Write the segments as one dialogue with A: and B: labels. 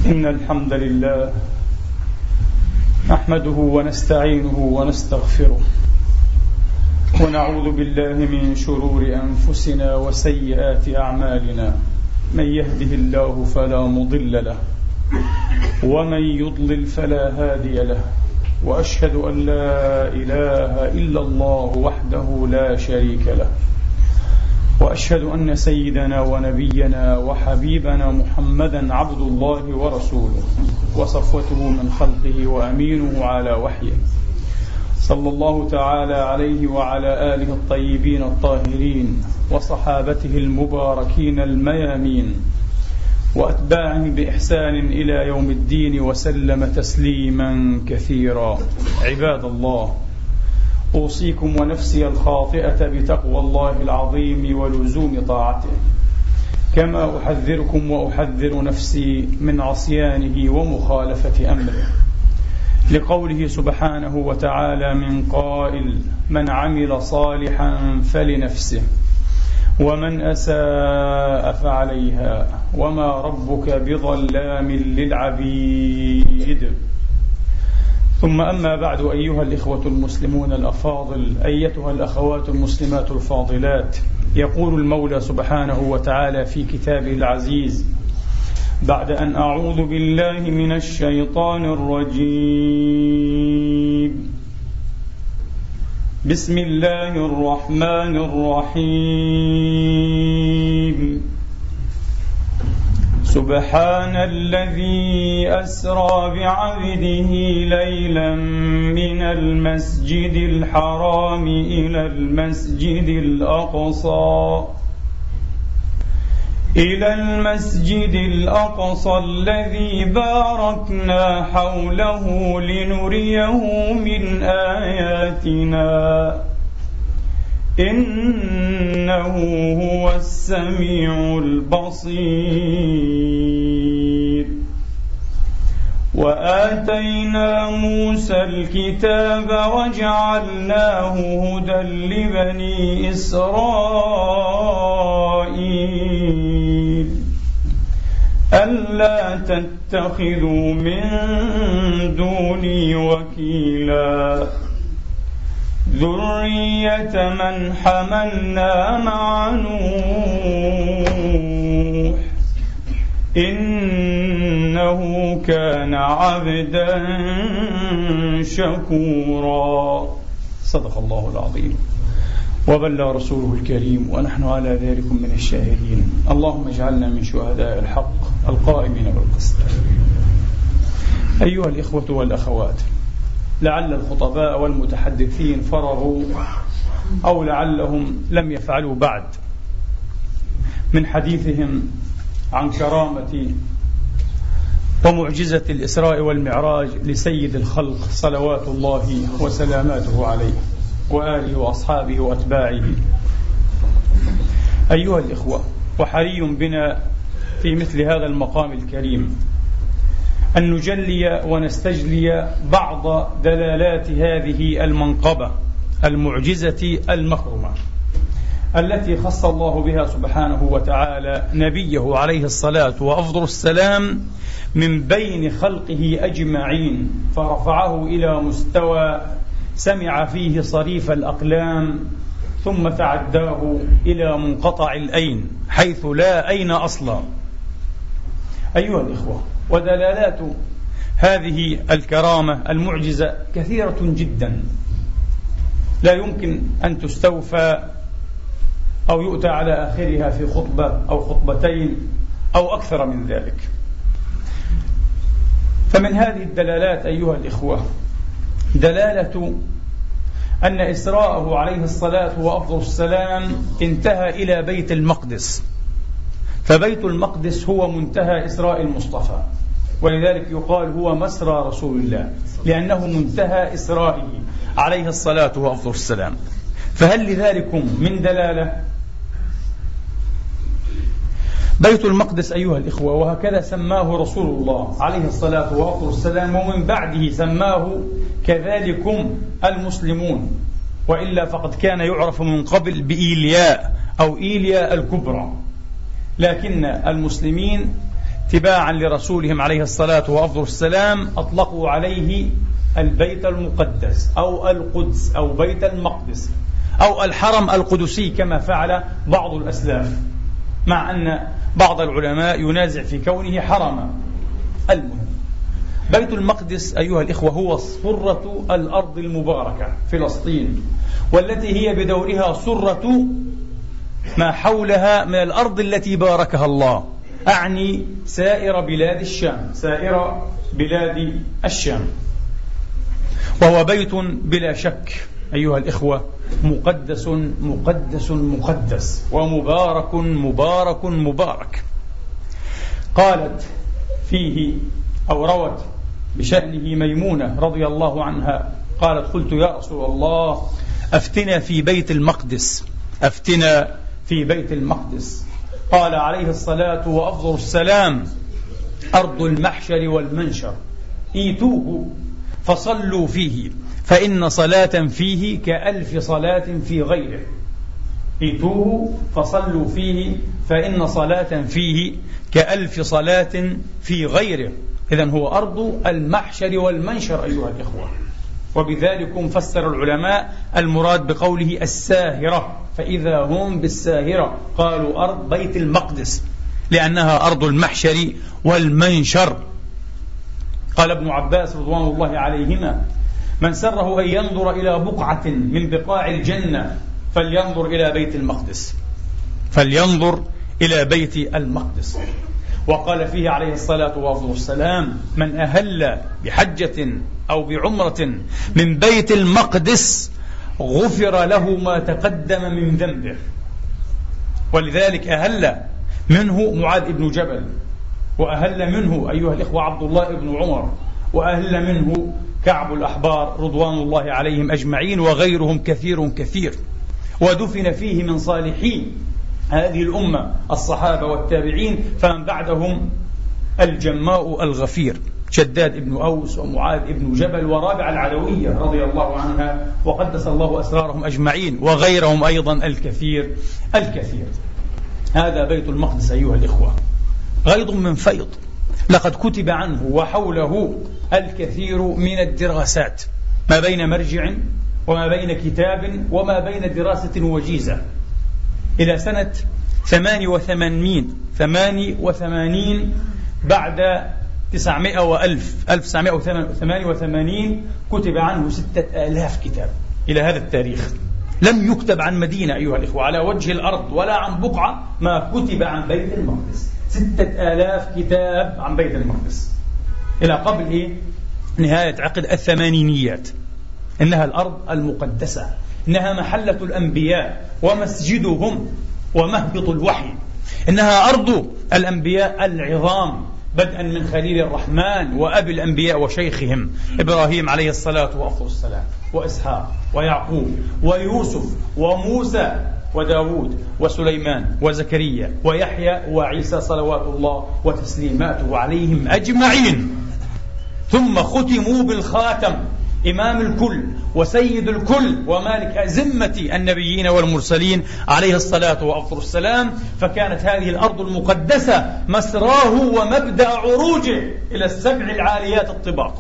A: إن الحمد لله نحمده ونستعينه ونستغفره ونعوذ بالله من شرور أنفسنا وسيئات أعمالنا. من يهده الله فلا مضل له ومن يضلل فلا هادي له، وأشهد أن لا إله إلا الله وحده لا شريك له، وأشهد أن سيدنا ونبينا وحبيبنا محمدا عبد الله ورسوله وصفوته من خلقه وأمينه على وحيه، صلى الله تعالى عليه وعلى آله الطيبين الطاهرين وصحابته المباركين الميامين وأتباعهم بإحسان إلى يوم الدين وسلم تسليما كثيرا. عباد الله، أوصيكم ونفسي الخاطئة بتقوى الله العظيم ولزوم طاعته، كما أحذركم وأحذر نفسي من عصيانه ومخالفة أمره، لقوله سبحانه وتعالى من قائل: من عمل صالحا فلنفسه ومن أساء فعليها وما ربك بظلام للعبيد. ثم أما بعد، أيها الإخوة المسلمون الأفاضل، أيتها الأخوات المسلمات الفاضلات، يقول المولى سبحانه وتعالى في كتابه العزيز بعد أن أعوذ بالله من الشيطان الرجيم: بسم الله الرحمن الرحيم. سبحان الذي أسرى بعبده ليلا من المسجد الحرام إلى المسجد الأقصى الذي باركنا حوله لنريه من آياتنا إنه هو السميع البصير. وآتينا موسى الكتاب وجعلناه هدى لبني إسرائيل ألا تتخذوا من دوني وكيلا ذرية من حملنا مع نوح إنه كان عبدا شكورا. صدق الله العظيم وبلغ رسوله الكريم، ونحن على ذلك من الشاهدين. اللهم اجعلنا من شهداء الحق القائمين بالقسط. أيها الإخوة والأخوات، لعل الخطباء والمتحدثين فرغوا أو لعلهم لم يفعلوا بعد من حديثهم عن كرامة ومعجزة الإسراء والمعراج لسيد الخلق صلوات الله وسلاماته عليه وآله وأصحابه وأتباعه. أيها الإخوة، وحري بنا في مثل هذا المقام الكريم أن نجلي ونستجلي بعض دلالات هذه المنقبة المعجزة المكرمة التي خص الله بها سبحانه وتعالى نبيه عليه الصلاة وأفضل السلام من بين خلقه أجمعين، فرفعه إلى مستوى سمع فيه صريف الأقلام، ثم تعداه إلى منقطع الأين حيث لا أين أصلا. أيها الإخوة، ودلالات هذه الكرامة المعجزة كثيرة جدا، لا يمكن أن تستوفى أو يؤتى على آخرها في خطبة أو خطبتين أو أكثر من ذلك. فمن هذه الدلالات أيها الإخوة دلالة أن إسراءه عليه الصلاة وأفضل السلام انتهى إلى بيت المقدس، فبيت المقدس هو منتهى إسراء المصطفى، ولذلك يقال هو مسرى رسول الله، لأنه منتهى إسرائه عليه الصلاة وأفضل السلام. فهل لذلكم من دلالة؟ بيت المقدس أيها الإخوة، وهكذا سماه رسول الله عليه الصلاة وأفضل السلام، ومن بعده سماه كذلكم المسلمون، وإلا فقد كان يعرف من قبل بإيلياء أو إيليا الكبرى، لكن المسلمين تباعا لرسولهم عليه الصلاة وأفضل السلام أطلقوا عليه البيت المقدس أو القدس أو بيت المقدس أو الحرم القدسي كما فعل بعض الأسلاف، مع أن بعض العلماء ينازع في كونه حرما. المهم، بيت المقدس أيها الإخوة هو سرة الأرض المباركة فلسطين، والتي هي بدورها سرة ما حولها من الأرض التي باركها الله، أعني سائر بلاد الشام، سائر بلاد الشام. وهو بيت بلا شك أيها الإخوة مقدس مقدس مقدس، ومبارك مبارك مبارك. قالت فيه أو روت بشأنه ميمونة رضي الله عنها قالت: قلت يا رسول الله أفتنا في بيت المقدس، أفتنا في بيت المقدس. قال عليه الصلاة وأفضل السلام: أرض المحشر والمنشر، إيتوه فصلوا فيه فإن صلاة فيه كألف صلاة في غيره. إيتوه فصلوا فيه فإن صلاة فيه كألف صلاة في غيره. إذن هو أرض المحشر والمنشر أيها الإخوة. وبذلك فسر العلماء المراد بقوله الساهرة، فإذا هم بالساهرة قالوا أرض بيت المقدس لأنها أرض المحشر والمنشر. قال ابن عباس رضوان الله عليهما: من سره أن ينظر إلى بقعة من بقاع الجنة فلينظر إلى بيت المقدس، فلينظر إلى بيت المقدس. وقال فيه عليه الصلاة والسلام: من أهل بحجة أو بعمرة من بيت المقدس غفر له ما تقدم من ذنبه. ولذلك أهل منه معاذ بن جبل، وأهل منه أيها الإخوة عبد الله بن عمر، وأهل منه كعب الأحبار رضوان الله عليهم أجمعين، وغيرهم كثير كثير. ودفن فيه من صالحين هذه الأمة الصحابة والتابعين، فمن بعدهم الجماء الغفير شداد بن أوس ومعاذ بن جبل ورابع العدوية رضي الله عنها وقدس الله أسرارهم أجمعين، وغيرهم أيضا الكثير الكثير. هذا بيت المقدس أيها الإخوة غيض من فيض، لقد كتب عنه وحوله الكثير من الدراسات، ما بين مرجع وما بين كتاب وما بين دراسة وجيزة. إلى سنة 88 بعد 900 وألف 1988 كتب عنه 6000 كتاب. إلى هذا التاريخ لم يكتب عن مدينة أيها الإخوة على وجه الأرض ولا عن بقعة ما كتب عن بيت المقدس. 6000 كتاب عن بيت المقدس إلى قبل نهاية عقد الثمانينيات. إنها الأرض المقدسة، إنها محلة الأنبياء ومسجدهم ومهبط الوحي، إنها أرض الأنبياء العظام، بدءا من خليل الرحمن وأبي الأنبياء وشيخهم إبراهيم عليه الصلاة والسلام، وإسحاق ويعقوب ويوسف وموسى وداود وسليمان وزكريا ويحيى وعيسى صلوات الله وتسليماته عليهم أجمعين. ثم ختموا بالخاتم إمام الكل وسيد الكل ومالك أزمة النبيين والمرسلين عليه الصلاة والسلام. فكانت هذه الأرض المقدسة مسراه ومبدأ عروجه إلى السبع العاليات الطباق.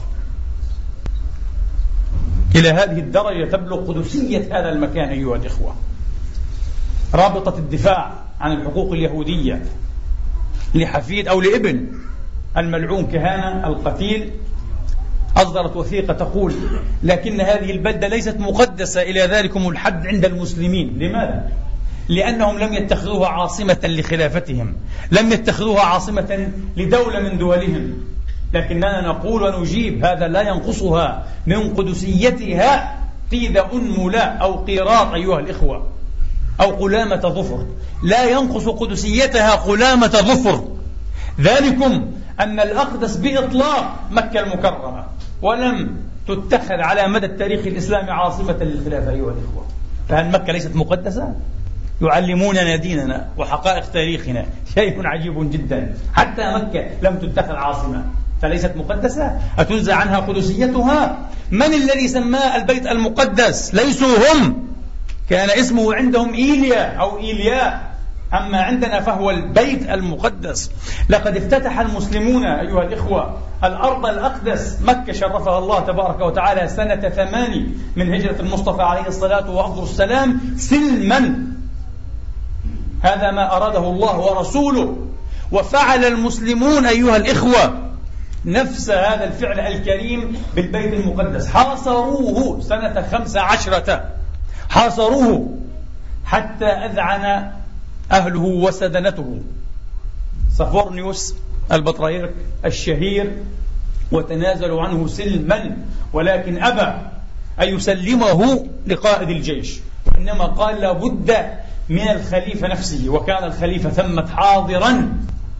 A: إلى هذه الدرجة تبلغ قدسية هذا المكان أيها الإخوة. رابطة الدفاع عن الحقوق اليهودية لحفيد أو لابن الملعون كهانة القتيل أصدرت وثيقة تقول: لكن هذه البلدة ليست مقدسة إلى ذلكم الحد عند المسلمين. لماذا؟ لأنهم لم يتخذوها عاصمة لخلافتهم، لم يتخذوها عاصمة لدولة من دولهم. لكننا نقول ونجيب: هذا لا ينقصها من قدسيتها قيد أنملة أو قيراط أيها الإخوة، أو قلامة ظفر. لا ينقص قدسيتها قلامة ظفر. ذلكم أن الأقدس بإطلاق مكة المكرمة، ولم تتخذ على مدى التاريخ الإسلامي عاصمة للخلافة أيها الإخوة. فهل مكة ليست مقدسة؟ يعلموننا ديننا وحقائق تاريخنا، شيء عجيب جدا. حتى مكة لم تتخذ عاصمة، فليست مقدسة؟ أتنزع عنها قدسيتها؟ من الذي سماه البيت المقدس؟ ليسوا هم، كان اسمه عندهم إيليا أو إيليا، أما عندنا فهو البيت المقدس. لقد افتتح المسلمون أيها الإخوة الأرض الأقدس مكة شرفها الله تبارك وتعالى سنة 8 من هجرة المصطفى عليه الصلاة والسلام سلما. هذا ما أراده الله ورسوله. وفعل المسلمون أيها الإخوة نفس هذا الفعل الكريم بالبيت المقدس. حاصروه سنة 15، حاصروه حتى أذعن أهله وسدنته صفورنيوس البطريرك الشهير، وتنازلوا عنه سلما، ولكن أبى أن يسلمه لقائد الجيش، وإنما قال لابد من الخليفة نفسه، وكان الخليفة ثمة حاضرا.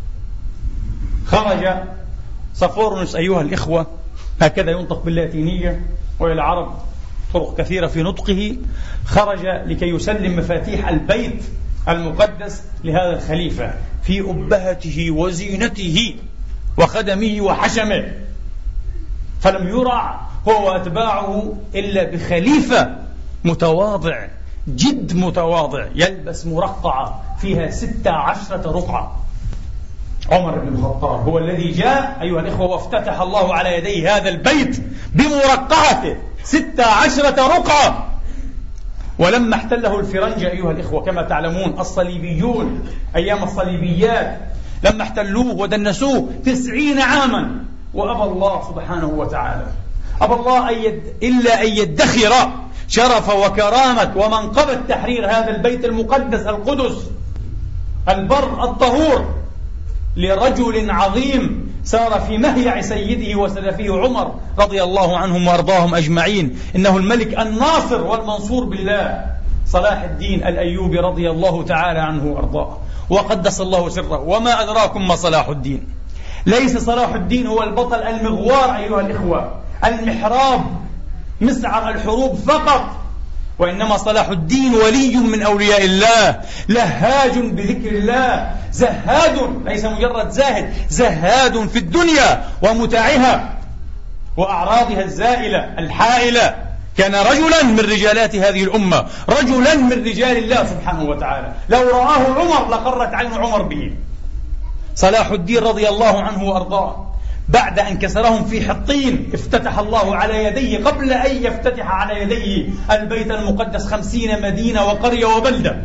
A: خرج صفورنيوس أيها الإخوة، هكذا ينطق باللاتينية وللعرب طرق كثيرة في نطقه، خرج لكي يسلم مفاتيح البيت المقدس لهذا الخليفة في أبهته وزينته وخدمه وحشمه، فلم يرع هو وأتباعه إلا بخليفة متواضع جد متواضع يلبس مرقعة فيها 16 رقعة. عمر بن الخطاب هو الذي جاء أيها الإخوة وافتتح الله على يديه هذا البيت بمرقعته 16 رقعة. ولما احتله الفرنجة أيها الإخوة كما تعلمون الصليبيون أيام الصليبيات، لما احتلوه ودنسوه 90 عاما، وأبى الله سبحانه وتعالى أبى الله إلا أن يدخر شرف وكرامة ومنقبة تحرير هذا البيت المقدس القدس البر الطهور لرجل عظيم سار في مهيع سيده وسلفه عمر رضي الله عنهم وارضاهم أجمعين. إنه الملك الناصر والمنصور بالله صلاح الدين الأيوبي رضي الله تعالى عنه وارضاه وقدس الله سره. وما أدراكم ما صلاح الدين؟ ليس صلاح الدين هو البطل المغوار أيها الإخوة المحراب مسعر الحروب فقط، وإنما صلاح الدين ولي من أولياء الله، لهاج بذكر الله، زهاد ليس مجرد زاهد، زهاد في الدنيا ومتاعها وأعراضها الزائلة الحائلة. كان رجلا من رجالات هذه الأمة، رجلا من رجال الله سبحانه وتعالى، لو رآه عمر لقرت عين عمر به. صلاح الدين رضي الله عنه وأرضاه بعد أن كسرهم في حطين افتتح الله على يديه قبل أن يفتتح على يديه البيت المقدس 50 مدينة وقرية وبلدة.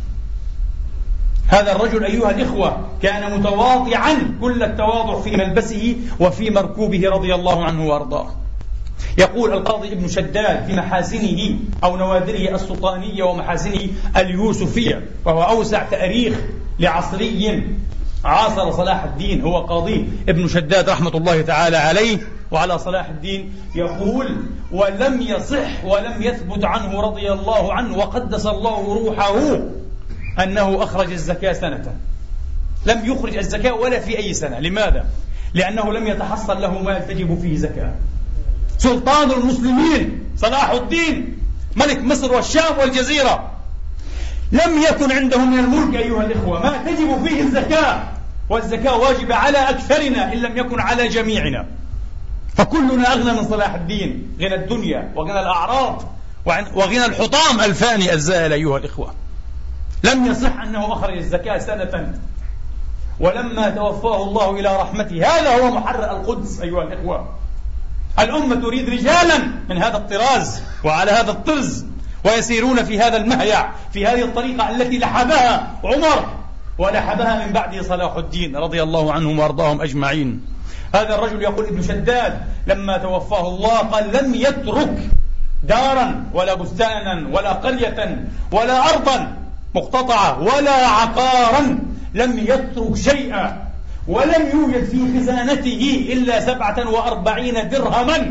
A: هذا الرجل أيها الإخوة كان متواضعا كل التواضع في ملبسه وفي مركوبه رضي الله عنه وأرضاه. يقول القاضي ابن شداد في محاسنه أو نوادره السلطانية ومحاسنه اليوسفية، وهو أوسع تاريخ لعصري عاصر صلاح الدين، هو قاضي ابن شداد رحمة الله تعالى عليه وعلى صلاح الدين، يقول: ولم يصح ولم يثبت عنه رضي الله عنه وقدس الله روحه أنه أخرج الزكاة سنة. لم يخرج الزكاة ولا في أي سنة. لماذا؟ لأنه لم يتحصل له مال تجب فيه زكاة. سلطان المسلمين صلاح الدين ملك مصر والشام والجزيرة لم يكن عنده من الملك أيها الإخوة ما تجب فيه الزكاة، والزكاة واجبة على أكثرنا إن لم يكن على جميعنا، فكلنا أغنى من صلاح الدين، غنى الدنيا وغنى الأعراض وغنى الحطام الفاني الزائل أيها الإخوة. لم يصح أنه أخرج الزكاة سنة، ولما توفاه الله إلى رحمته هذا هو محرر القدس أيها الإخوة. الأمة تريد رجالا من هذا الطراز وعلى هذا الطرز، ويسيرون في هذا المهيع في هذه الطريقة التي لحبها عمر ولحبها من بعده صلاح الدين رضي الله عنهم وارضاهم أجمعين. هذا الرجل يقول ابن شداد لما توفاه الله قال: لم يترك دارا ولا بستانا ولا قرية ولا أرضا مقتطعة ولا عقارا، لم يترك شيئا، ولم يوجد في خزانته إلا 47 درهما.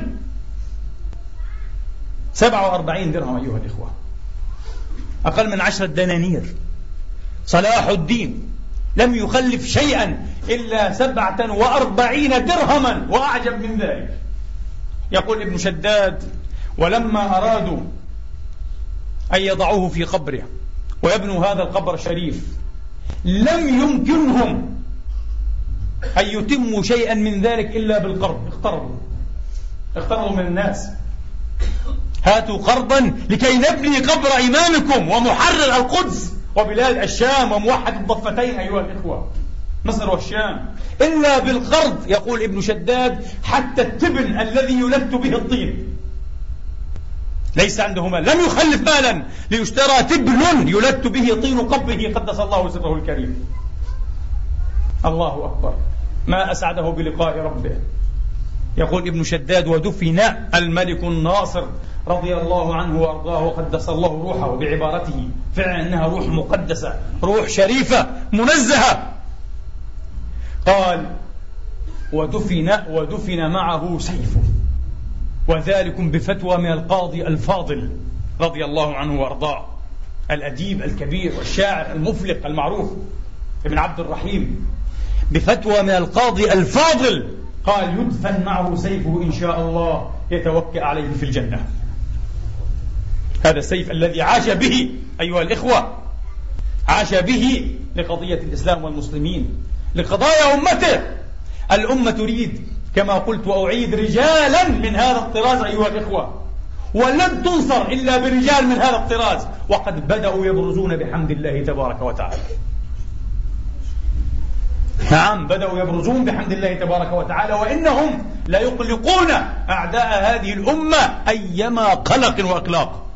A: 47 درهم أيها الإخوة، أقل من 10 دنانير. صلاح الدين لم يخلف شيئا إلا 47 درهما، وأعجب من ذلك يقول ابن شداد: ولما أرادوا أن يضعوه في قبره ويبنوا هذا القبر الشريف لم يمكنهم أن يتموا شيئا من ذلك إلا بالقرض. اقترضوا من الناس: هاتوا قرضا لكي نبني قبر إمامكم ومحرر القدس وبلاد الشام وموحد الضفتين أيها الإخوة، مصر والشام، إلا بالقرض. يقول ابن شداد: حتى التبن الذي يلت به الطين ليس عنده مال، لم يخلف مالا ليشترى تبن يلت به طين قبه قدس الله سره الكريم. الله أكبر، ما أسعده بلقاء ربه. يقول ابن شداد: ودفن الملك الناصر رضي الله عنه وأرضاه وقدس الله روحه، بعبارته فعلا أنها روح مقدسة، روح شريفة منزهة. قال: ودفن معه سيفه، وذلك بفتوى من القاضي الفاضل رضي الله عنه وأرضاه، الأديب الكبير والشاعر المفلق المعروف ابن عبد الرحيم، بفتوى من القاضي الفاضل قال: يدفن معه سيفه إن شاء الله، يتوكأ عليه في الجنة. هذا السيف الذي عاش به أيها الإخوة، عاش به لقضية الإسلام والمسلمين، لقضايا أمته. الأمة تريد كما قلت وأعيد رجالا من هذا الطراز أيها الإخوة، ولن تنصر إلا برجال من هذا الطراز، وقد بدأوا يبرزون بحمد الله تبارك وتعالى. نعم، بدأوا يبرزون بحمد الله تبارك وتعالى، وإنهم لا يقلقون أعداء هذه الأمة أيما قلق وأقلاق،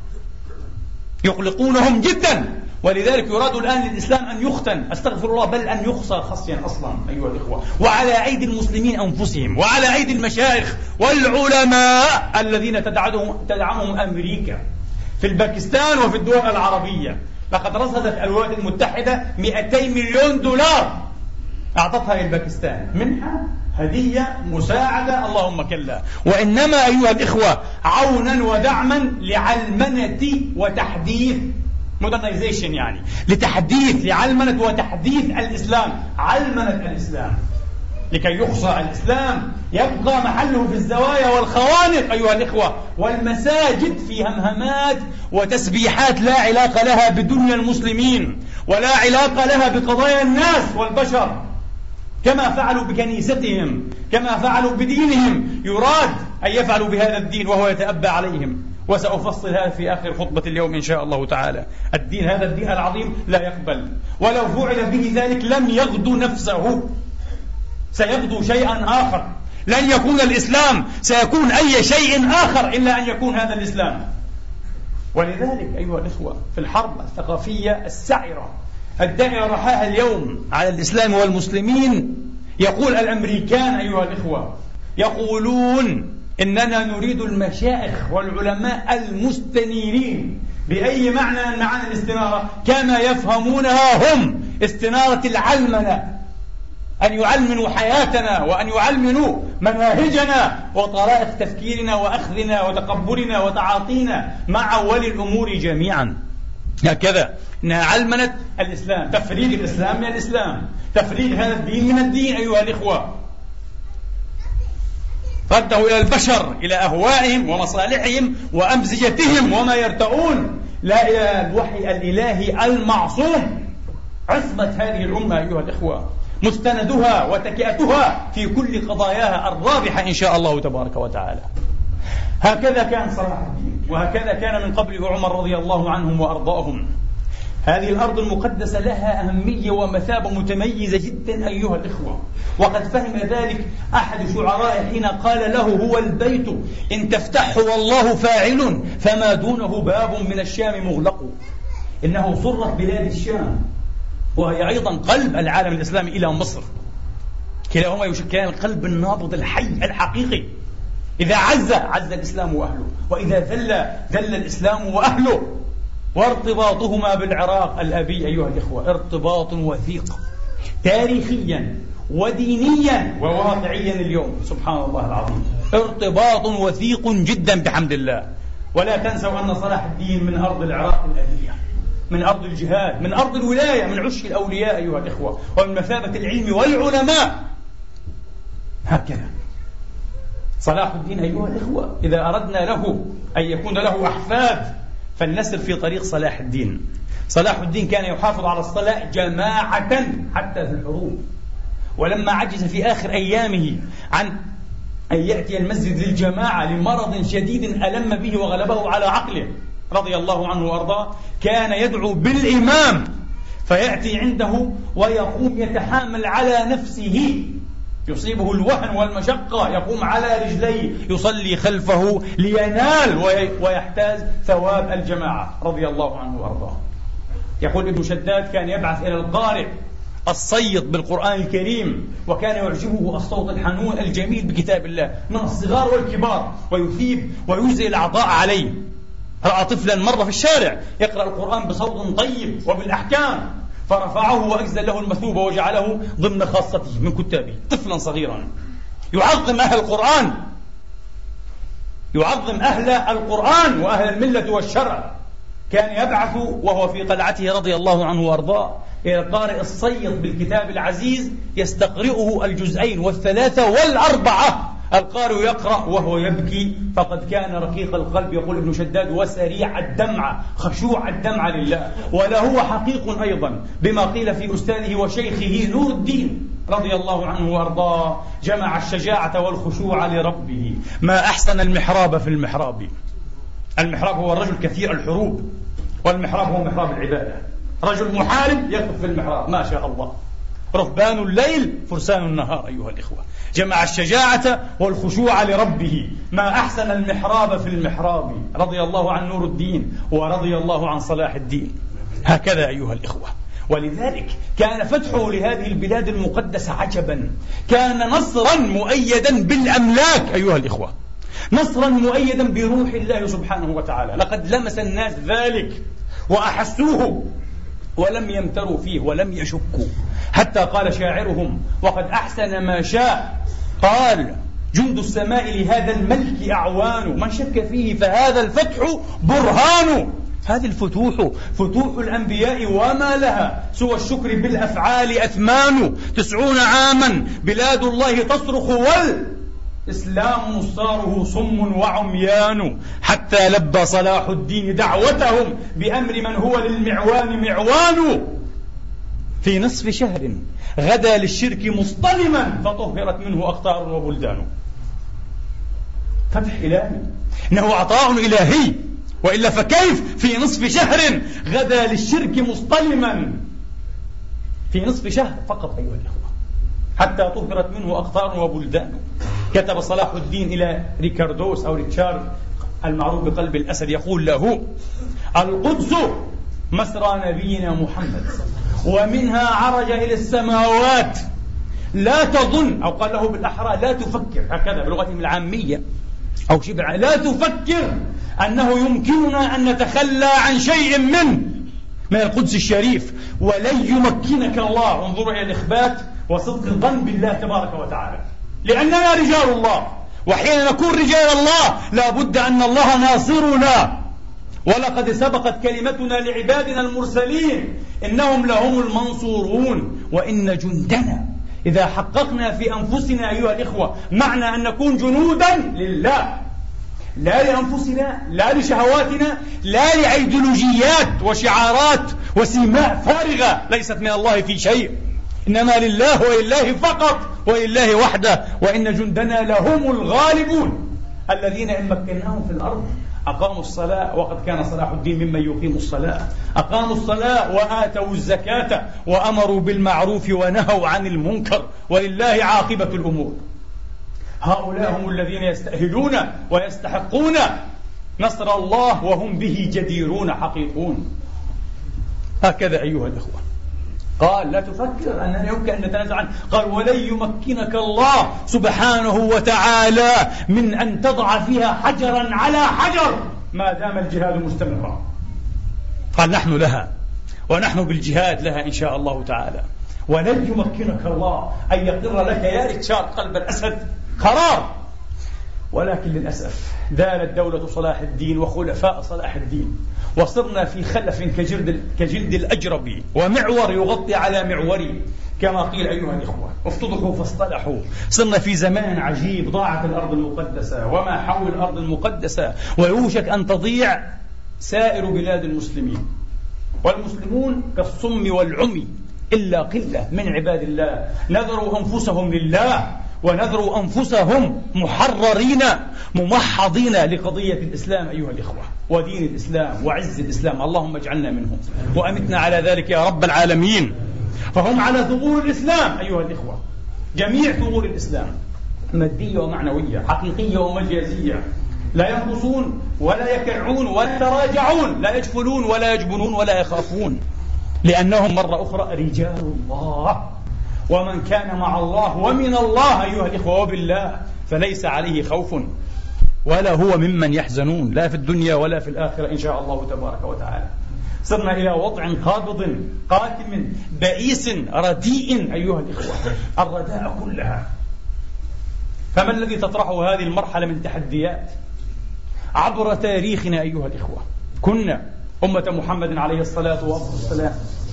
A: يقلقونهم جدا. ولذلك يراد الآن للإسلام أن يختن، أستغفر الله، بل أن يخصى خصيا أصلا أيها الإخوة، وعلى أيدي المسلمين أنفسهم، وعلى أيدي المشايخ والعلماء الذين تدعمهم أمريكا في الباكستان وفي الدول العربية. لقد رصدت الولايات المتحدة 200 مليون دولار أعطتها الباكستان، منحة، هدية، مساعدة، اللهم كلا، وإنما أيها الإخوة عونا ودعما لعلمنة وتحديث، modernization، يعني لتحديث، لعلمنة وتحديث الإسلام، علمنة الإسلام لكي يخصى الإسلام، يبقى محله في الزوايا والخوانق أيها الإخوة، والمساجد في همهمات وتسبيحات لا علاقة لها بدنيا المسلمين، ولا علاقة لها بقضايا الناس والبشر، كما فعلوا بكنيستهم، كما فعلوا بدينهم. يراد أن يفعلوا بهذا الدين وهو يتأبى عليهم، وسأفصل هذا في آخر خطبة اليوم إن شاء الله تعالى. الدين، هذا الدين العظيم، لا يقبل، ولو فعل به ذلك لم يغدو نفسه، سيغدو شيئا آخر، لن يكون الإسلام، سيكون أي شيء آخر إلا أن يكون هذا الإسلام. ولذلك أيها الإخوة، في الحرب الثقافية السعرة الدائرة رحاها اليوم على الإسلام والمسلمين، يقول الأمريكان أيها الإخوة، يقولون إننا نريد المشايخ والعلماء المستنيرين، بأي معنى من معاني الاستنارة كما يفهمونها هم، استنارة العلمنة، أن يعلمنوا حياتنا، وأن يعلموا مناهجنا وطرائق تفكيرنا وأخذنا وتقبلنا وتعاطينا مع أولي الأمور جميعا. هكذا إنها علمنة الإسلام، تفريغ الإسلام من الإسلام، تفريغ هذا الدين من الدين أيها الإخوة، رده إلى البشر، إلى أهوائهم ومصالحهم وأمزجتهم وما يرتؤون، لا إلى الوحي الإلهي المعصوم، عصمة هذه الأمة أيها الإخوة، مستندها وتكئتها في كل قضاياها الرابحة إن شاء الله تبارك وتعالى. هكذا كان صلاح الدين، وهكذا كان من قبله عمر رضي الله عنهم وأرضاهم. هذه الأرض المقدسة لها أهمية ومثابة متميزة جدا أيها الإخوة، وقد فهم ذلك أحد شعراء حين قال له: هو البيت إن تفتحه والله فاعل، فما دونه باب من الشام مغلق. إنه صرت بلاد الشام، وهي أيضا قلب العالم الإسلامي، إلى مصر، كلاهما يشكلان القلب النابض الحي الحقيقي. إذا عز الإسلام وأهله، وإذا ذل الإسلام وأهله. وارتباطهما بالعراق الأبي أيها الإخوة ارتباط وثيق، تاريخيا ودينيا وواقعيا اليوم، سبحان الله العظيم، ارتباط وثيق جدا بحمد الله. ولا تنسوا أن صلاح الدين من أرض العراق الأبية، من أرض الجهاد، من أرض الولاية، من عش الأولياء أيها الإخوة، ومن مثابة العلم والعلماء. هكذا صلاح الدين أيها الإخوة، إذا أردنا له أن يكون له أحفاد فلنسر في طريق صلاح الدين. صلاح الدين كان يحافظ على الصلاة جماعة حتى في الحروب، ولما عجز في آخر أيامه عن أن يأتي المسجد للجماعة لمرض شديد ألم به وغلبه على عقله رضي الله عنه وأرضاه، كان يدعو بالإمام فيأتي عنده ويقوم يتحامل على نفسه، يصيبه الوهن والمشقة، يقوم على رجليه يصلي خلفه لينال ويحتاز ثواب الجماعة رضي الله عنه وأرضاه. يقول ابن شداد: كان يبعث إلى القارئ الصيد بالقرآن الكريم، وكان يعجبه الصوت الحنون الجميل بكتاب الله من الصغار والكبار، ويثيب ويجزي العطاء عليه. رأى طفلا مرة في الشارع يقرأ القرآن بصوت طيب وبالأحكام، فرفعه وأجزل له المثوبة وجعله ضمن خاصته من كتابه، طفلا صغيرا يعظم أهل القرآن، يعظم أهل القرآن وأهل الملة والشرع. كان يبعث وهو في قلعته رضي الله عنه وأرضاه إلى القارئ الصيد بالكتاب العزيز يستقرئه الجزئين والثلاثة والأربعة. القارئ يقرأ وهو يبكي، فقد كان رقيق القلب، يقول ابن شداد، وسريع الدمع، خشوع الدمع لله. وله حقيق أيضا بما قيل في أستاذه وشيخه نور الدين رضي الله عنه وأرضاه: جمع الشجاعة والخشوع لربه، ما أحسن المحراب في المحراب. المحراب هو الرجل كثير الحروب، والمحراب هو محراب العبادة. رجل محارب يقف في المحراب، ما شاء الله، رهبان الليل فرسان النهار. أيها الإخوة، جمع الشجاعة والخشوع لربه، ما أحسن المحراب في المحراب. رضي الله عن نور الدين ورضي الله عن صلاح الدين. هكذا أيها الإخوة. ولذلك كان فتحه لهذه البلاد المقدسة عجبا، كان نصرا مؤيدا بالأملاك أيها الإخوة، نصرا مؤيدا بروح الله سبحانه وتعالى. لقد لمس الناس ذلك وأحسوه ولم يمتروا فيه ولم يشكوا، حتى قال شاعرهم: وقد أحسن ما شاء، قال: جند السماء لهذا الملك أعوان، من شك فيه فهذا الفتح برهان. هذه الفتوح فتوح الأنبياء وما لها سوى الشكر بالأفعال أثمان. 90 عاما بلاد الله تصرخ والإسلام نصاره صم وعميان، حتى لبى صلاح الدين دعوتهم بأمر من هو للمعوان معوان. في نصف شهر غدا للشرك مصطلما، فطهرت منه أقطار وبلدان. فتح إلهي، إنه عطاء إلهي، وإلا فكيف في نصف شهر غدا للشرك مصطلما؟ في نصف شهر فقط أيها الأخوة، حتى طهرت منه أقطار وبلدان. كتب صلاح الدين إلى ريكاردوس أو ريتشارد المعروف بقلب الأسد، يقول له: القدس مسرى نبينا محمد، ومنها عرج إلى السماوات، لا تظن، أو قال له بالأحرى لا تفكر، هكذا بلغتهم العامية أو شبه، لا تفكر أنه يمكننا أن نتخلى عن شيء من القدس الشريف، ولن يمكنك الله. انظروا إلى الإخبات وصدق الظن بالله تبارك وتعالى، لأننا رجال الله، وحين نكون رجال الله لا بد أن الله ناصرنا. ولقد سبقت كلمتنا لعبادنا المرسلين إنهم لهم المنصورون، وإن جندنا، إذا حققنا في أنفسنا أيها الإخوة معنى أن نكون جنودا لله، لا لأنفسنا، لا لشهواتنا، لا لأيديولوجيات وشعارات وسماء فارغة ليست من الله في شيء، إنما لله ولله فقط ولله وحده. وإن جندنا لهم الغالبون، الذين إن مكناهم في الأرض أقاموا الصلاة، وقد كان صلاح الدين ممن يقيم الصلاة، أقاموا الصلاة وآتوا الزكاة وأمروا بالمعروف ونهوا عن المنكر، ولله عاقبة الأمور. هؤلاء هم الذين يستأهلون ويستحقون نصر الله، وهم به جديرون حقيقون. هكذا أيها الأخوة. قال: لا تفكر أننا يمكن أن نتنازع عنه. قال: ولن يمكنك الله سبحانه وتعالى من أن تضع فيها حجرا على حجر ما دام الجهاد مستمرا. قال: نحن لها، ونحن بالجهاد لها إن شاء الله تعالى. ولن يمكنك الله أن يقر لك يا ريتشارد قلب الأسد قرار. ولكن للأسف دالت دولة صلاح الدين وخلفاء صلاح الدين، وصرنا في خلف كجلد الأجرب، ومعور يغطي على معوري، كما قيل أيها الإخوة. افتضحوا فاصطلحوا. صرنا في زمان عجيب، ضاعت الأرض المقدسة وما حول الأرض المقدسة، ويوشك أن تضيع سائر بلاد المسلمين، والمسلمون كالصم والعمي، إلا قلة من عباد الله نذروا أنفسهم لله ونذروا أنفسهم محررين ممحضين لقضية الإسلام أيها الإخوة، ودين الإسلام وعز الإسلام. اللهم اجعلنا منهم وأمتنا على ذلك يا رب العالمين. فهم على ثغور الإسلام أيها الإخوة، جميع ثغور الإسلام، مادية ومعنوية، حقيقية ومجازية، لا ينقصون ولا يكعون ولا يتراجعون، لا يجفلون ولا يجبنون ولا يخافون، لأنهم مرة أخرى رجال الله، ومن كان مع الله ومن الله أيها الإخوة وبالله فليس عليه خوف ولا هو ممن يحزنون، لا في الدنيا ولا في الآخرة إن شاء الله تبارك وتعالى. صرنا إلى وضع قابض قاتم بئيس رديء أيها الإخوة، الرداء كلها. فما الذي تطرحه هذه المرحلة من تحديات عبر تاريخنا أيها الإخوة؟ كنا أمة محمد عليه الصلاة والسلام،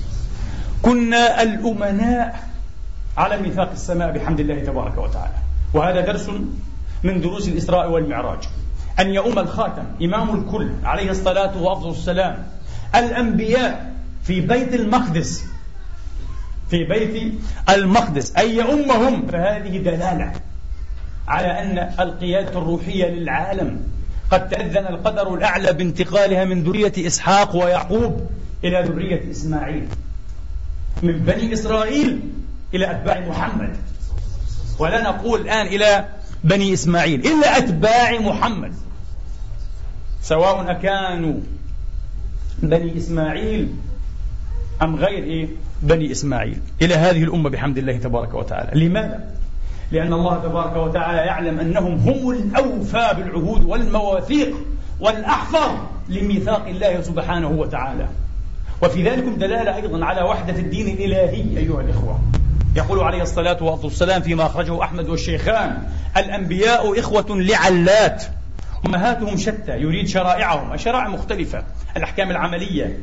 A: كنا الأمناء على ميثاق السماء بحمد الله تبارك وتعالى. وهذا درس من دروس الإسراء والمعراج، أن يؤم الخاتم إمام الكل عليه الصلاة والسلام الأنبياء في بيت المقدس، في بيت المقدس، أن يؤمهم، فهذه دلالة على أن القيادة الروحية للعالم قد تأذن القدر الأعلى بانتقالها من ذرية إسحاق ويعقوب إلى ذرية إسماعيل، من بني إسرائيل إلى أتباع محمد، ولا نقول الآن إلى بني إسماعيل، إلا أتباع محمد، سواء أكانوا بني إسماعيل أم غير بني إسماعيل، إلى هذه الأمة بحمد الله تبارك وتعالى. لماذا؟ لأن الله تبارك وتعالى يعلم أنهم هم الأوفى بالعهود والمواثيق والأحفظ لميثاق الله سبحانه وتعالى. وفي ذلك دلالة أيضا على وحدة الدين الإلهي أيها الإخوة. يقول عليه الصلاة والسلام فيما أخرجه أحمد والشيخان: الأنبياء إخوة لعلات، أمهاتهم شتى، يريد شرائعهم، الشرائع مختلفة، الأحكام العملية،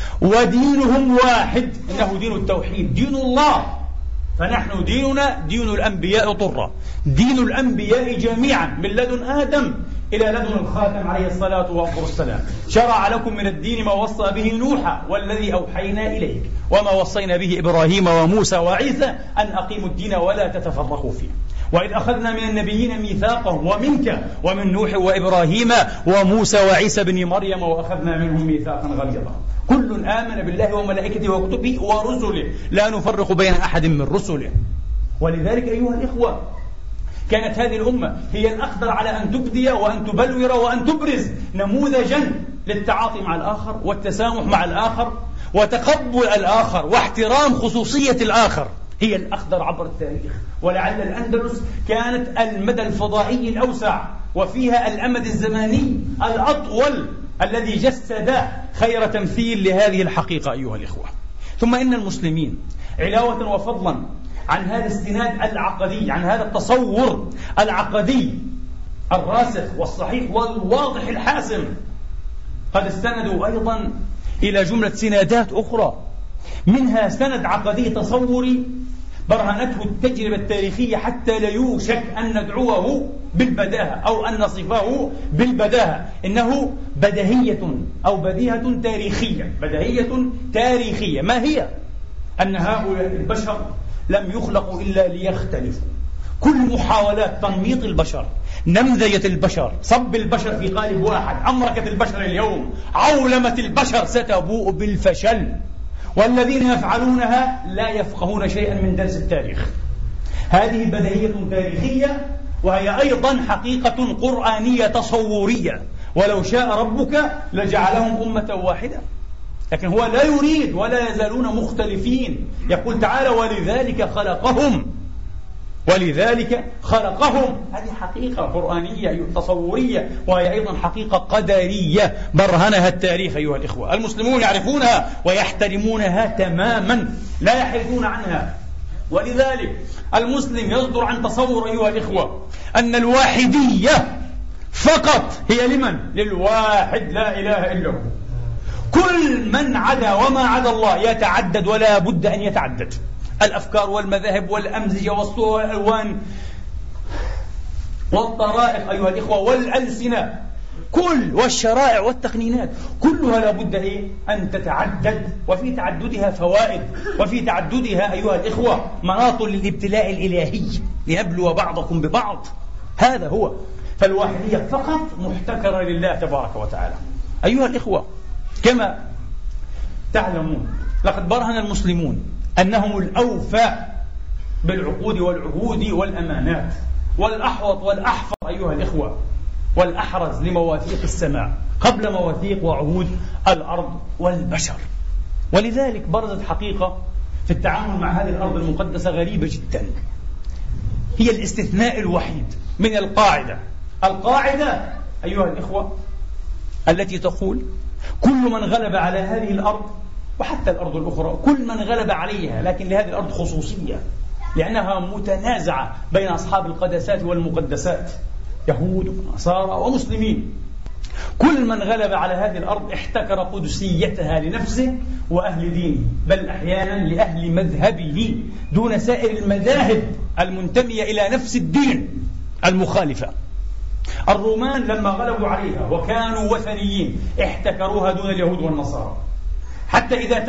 A: ودينهم واحد، إنه دين التوحيد، دين الله. فنحن ديننا دين الأنبياء طرا، دين الأنبياء جميعا من لدن آدم إلى لدن الخاتم عليه الصلاة والسلام. شرع لكم من الدين ما وصى به نوحا والذي أوحينا إليك وما وصينا به إبراهيم وموسى وعيسى أن أقيموا الدين ولا تتفرقوا فيه. وإذ أخذنا من النبيين ميثاقهم ومنك ومن نوح وإبراهيم وموسى وعيسى بن مريم وأخذنا منهم ميثاقا غليظا. كل آمن بالله وملائكته وكتبه ورسله لا نفرق بين أحد من رسله. ولذلك أيها الإخوة كانت هذه الأمة هي الأقدر على أن تبدي وأن تبلور وأن تبرز نموذجا للتعاطي مع الآخر والتسامح مع الآخر وتقبل الآخر واحترام خصوصية الآخر. هي الأقدر عبر التاريخ، ولعل الأندلس كانت المدى الفضائي الأوسع وفيها الأمد الزماني الأطول الذي جسد خير تمثيل لهذه الحقيقة أيها الإخوة. ثم إن المسلمين علاوة وفضلا عن هذا الاستناد العقدي، عن هذا التصور العقدي الراسخ والصحيح والواضح الحاسم، قد استندوا أيضا إلى جملة سندات أخرى، منها سند عقدي تصوري برهنته التجربة التاريخية حتى لا يوشك أن ندعوه بالبداهة أو أن نصفه بالبداهة، إنه بديهية أو بديهة تاريخية. بديهية تاريخية ما هي؟ أن هؤلاء البشر لم يخلقوا إلا ليختلفوا. كل محاولات تنميط البشر، نمذجة البشر، صب البشر في قالب واحد، أمركة البشر اليوم، عولمة البشر، ستبوء بالفشل. والذين يفعلونها لا يفقهون شيئا من درس التاريخ. هذه بديهية تاريخية، وهي أيضا حقيقة قرآنية تصورية. ولو شاء ربك لجعلهم أمة واحدة، لكن هو لا يريد ولا يزالون مختلفين. يقول تعالى: ولذلك خلقهم. هذه حقيقة قرآنية تصورية، وهي أيضا حقيقة قدرية برهنها التاريخ أيها الإخوة. المسلمون يعرفونها ويحترمونها تماما، لا يحيدون عنها. ولذلك المسلم يصدر عن تصور أيها الإخوة أن الواحدية فقط هي لمن؟ للواحد لا إله إلا هو. كل من عدا وما عدا الله يتعدد ولا بد أن يتعدد. الأفكار والمذاهب والأمزجة والصور والألوان والطرائق أيها الإخوة والألسنة كل والشرائع والتقنينات كلها لابد أن تتعدد، وفي تعددها فوائد، وفي تعددها أيها الإخوة مناط للابتلاء الإلهي ليبلو بعضكم ببعض. هذا هو. فالواحدية فقط محتكرة لله تبارك وتعالى. أيها الإخوة، كما تعلمون لقد برهن المسلمون أنهم الأوفى بالعقود والعهود والأمانات، والأحوط والأحفظ أيها الإخوة والأحرز لمواثيق السماء قبل مواثيق وعهود الأرض والبشر. ولذلك برزت حقيقة في التعامل مع هذه الأرض المقدسة غريبة جدا، هي الاستثناء الوحيد من القاعدة أيها الإخوة التي تقول كل من غلب على هذه الأرض وحتى الأرض الأخرى، كل من غلب عليها، لكن لهذه الأرض خصوصية لأنها متنازعة بين أصحاب القدسات والمقدسات، يهود ونصارى ومسلمين. كل من غلب على هذه الأرض احتكر قدسيتها لنفسه وأهل دينه، بل أحيانا لأهل مذهبه دون سائر المذاهب المنتمية إلى نفس الدين المخالفة. الرومان لما غلبوا عليها وكانوا وثنيين احتكروها دون اليهود والنصارى، حتى إذا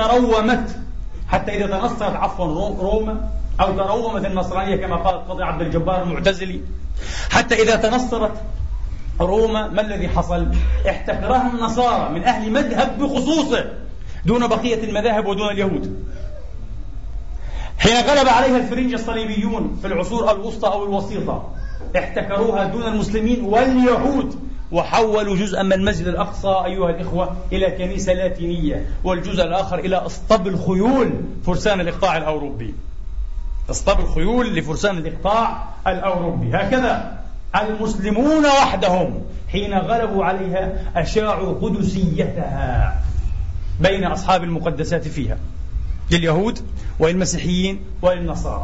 A: تنصرت روما أو ترومت النصرانية كما قال القاضي عبد الجبار المعتزلي، حتى إذا تنصرت روما ما الذي حصل؟ احتكرها النصارى من أهل مذهب بخصوصه دون بقية المذاهب ودون اليهود. حين غلب عليها الفرنج الصليبيون في العصور الوسطى أو الوسيطة احتكروها دون المسلمين واليهود، وحولوا جزءا من المسجد الأقصى أيها الإخوة إلى كنيسة لاتينية، والجزء الآخر إلى اسطبل خيول فرسان الإقطاع الأوروبي، اسطبل خيول لفرسان الإقطاع الأوروبي. هكذا المسلمون وحدهم حين غلبوا عليها أشاعوا قدسيتها بين أصحاب المقدسات فيها لليهود والمسيحيين والنصارى.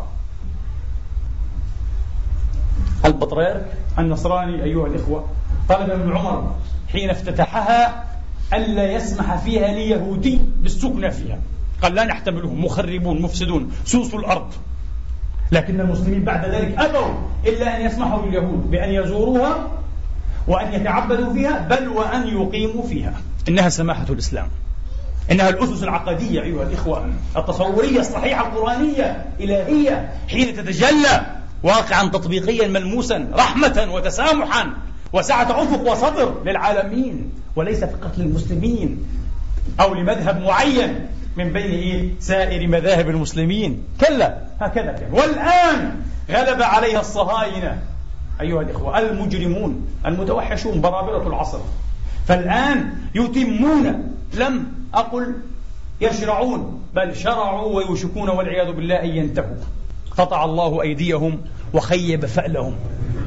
A: البطريرك النصراني أيها الإخوة طلب من عمر حين افتتحها ألا يسمح فيها ليهودي بالسكن فيها، قال لا نحتملهم، مخربون مفسدون سوس الأرض. لكن المسلمين بعد ذلك أبوا إلا أن يسمحوا لليهود بأن يزوروها وأن يتعبدوا فيها، بل وأن يقيموا فيها. إنها سماحة الإسلام، إنها الأسس العقدية أيها الإخوة التصورية الصحيحة القرآنية إلهية حين تتجلى واقعا تطبيقيا ملموسا، رحمة وتسامحا وسعة أفق وصدر للعالمين، وليس فقط للمسلمين أو لمذهب معين من بين سائر مذاهب المسلمين. كلا، هكذا كان. والآن غلب عليها الصهاينة أيها الإخوة المجرمون المتوحشون برابرة العصر، فالآن يتمون، لم أقل يشرعون، بل شرعوا ويوشكون والعياذ بالله أن ينتهوا. قطع الله أيديهم وخيب فألهم.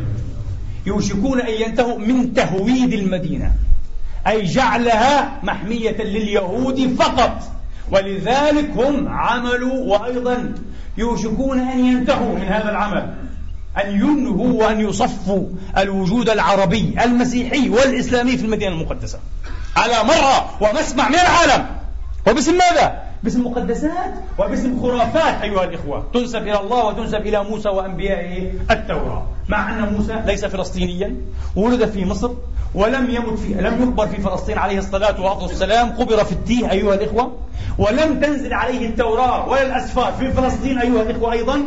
A: يوشكون أن ينتهوا من تهويد المدينة، أي جعلها محمية لليهود فقط، ولذلك هم عملوا وأيضا يوشكون أن ينتهوا من هذا العمل، أن ينهوا وأن يصفوا الوجود العربي المسيحي والإسلامي في المدينة المقدسة على مرأى ومسمع من العالم. وباسم ماذا؟ باسم مقدسات وباسم خرافات أيها الإخوة تنسب إلى الله وتنسب إلى موسى وأنبيائه التوراة، مع أن موسى ليس فلسطينيا، ولد في مصر ولم يمت فيه، لم يقبر في فلسطين عليه الصلاة والسلام، قبر في التيه أيها الإخوة، ولم تنزل عليه التوراة ولا الأسفار في فلسطين أيها الإخوة أيضا.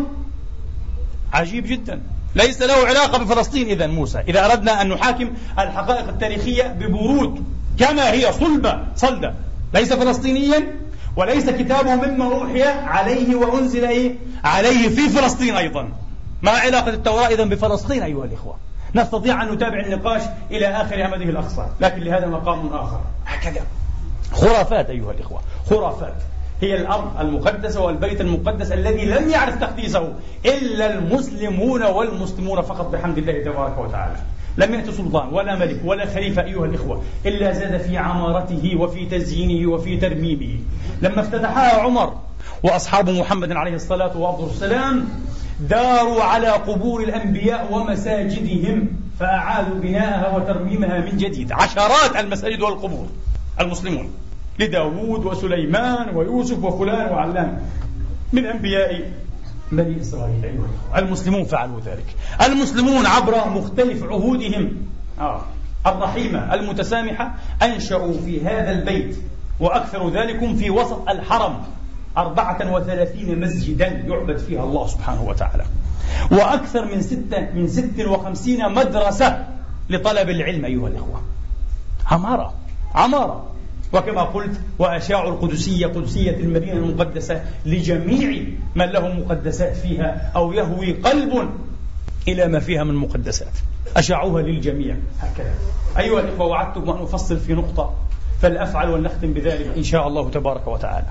A: عجيب جدا، ليس له علاقة بفلسطين إذن موسى، إذا أردنا أن نحاكم الحقائق التاريخية ببرود كما هي صلدة، ليس فلسطينيا وليس كتابه مما أوحي عليه وأنزل عليه في فلسطين أيضا. ما علاقة التوراة إذن بفلسطين أيها الإخوة؟ نستطيع أن نتابع النقاش إلى آخر أمده الأقصى، لكن لهذا مقام آخر. هكذا خرافات أيها الإخوة، خرافات. هي الأرض المقدسة والبيت المقدس الذي لم يعرف تقديسه إلا المسلمون والمسلمون فقط بحمد الله تبارك وتعالى. لم يأتي سلطان ولا ملك ولا خليفة أيها الإخوة إلا زاد في عمارته وفي تزيينه وفي ترميمه. لما افتتحها عمر وأصحاب محمد عليه الصلاة والسلام داروا على قبور الأنبياء ومساجدهم، فأعادوا بناءها وترميمها من جديد. عشرات المساجد والقبور المسلمون لداود وسليمان ويوسف وفلان وعلان من أنبياء بني إسرائيل أيها المسلمون فعلوا ذلك. المسلمون عبر مختلف عهودهم الرحيمة المتسامحة أنشأوا في هذا البيت وأكثر ذلك في وسط الحرم 34 مسجدا يعبد فيها الله سبحانه وتعالى، وأكثر من 56 مدرسة لطلب العلم أيها الأخوة. عمارة. وكما قلت وأشاعوا القدسية قدسية المدينة المقدسة لجميع من له مقدسات فيها أو يهوي قلب إلى ما فيها من مقدسات، أشاعوها للجميع هكذا. أيها الأخوة، وعدتكم أن أفصل في نقطة فلأفعل ونختم بذلك إن شاء الله تبارك وتعالى.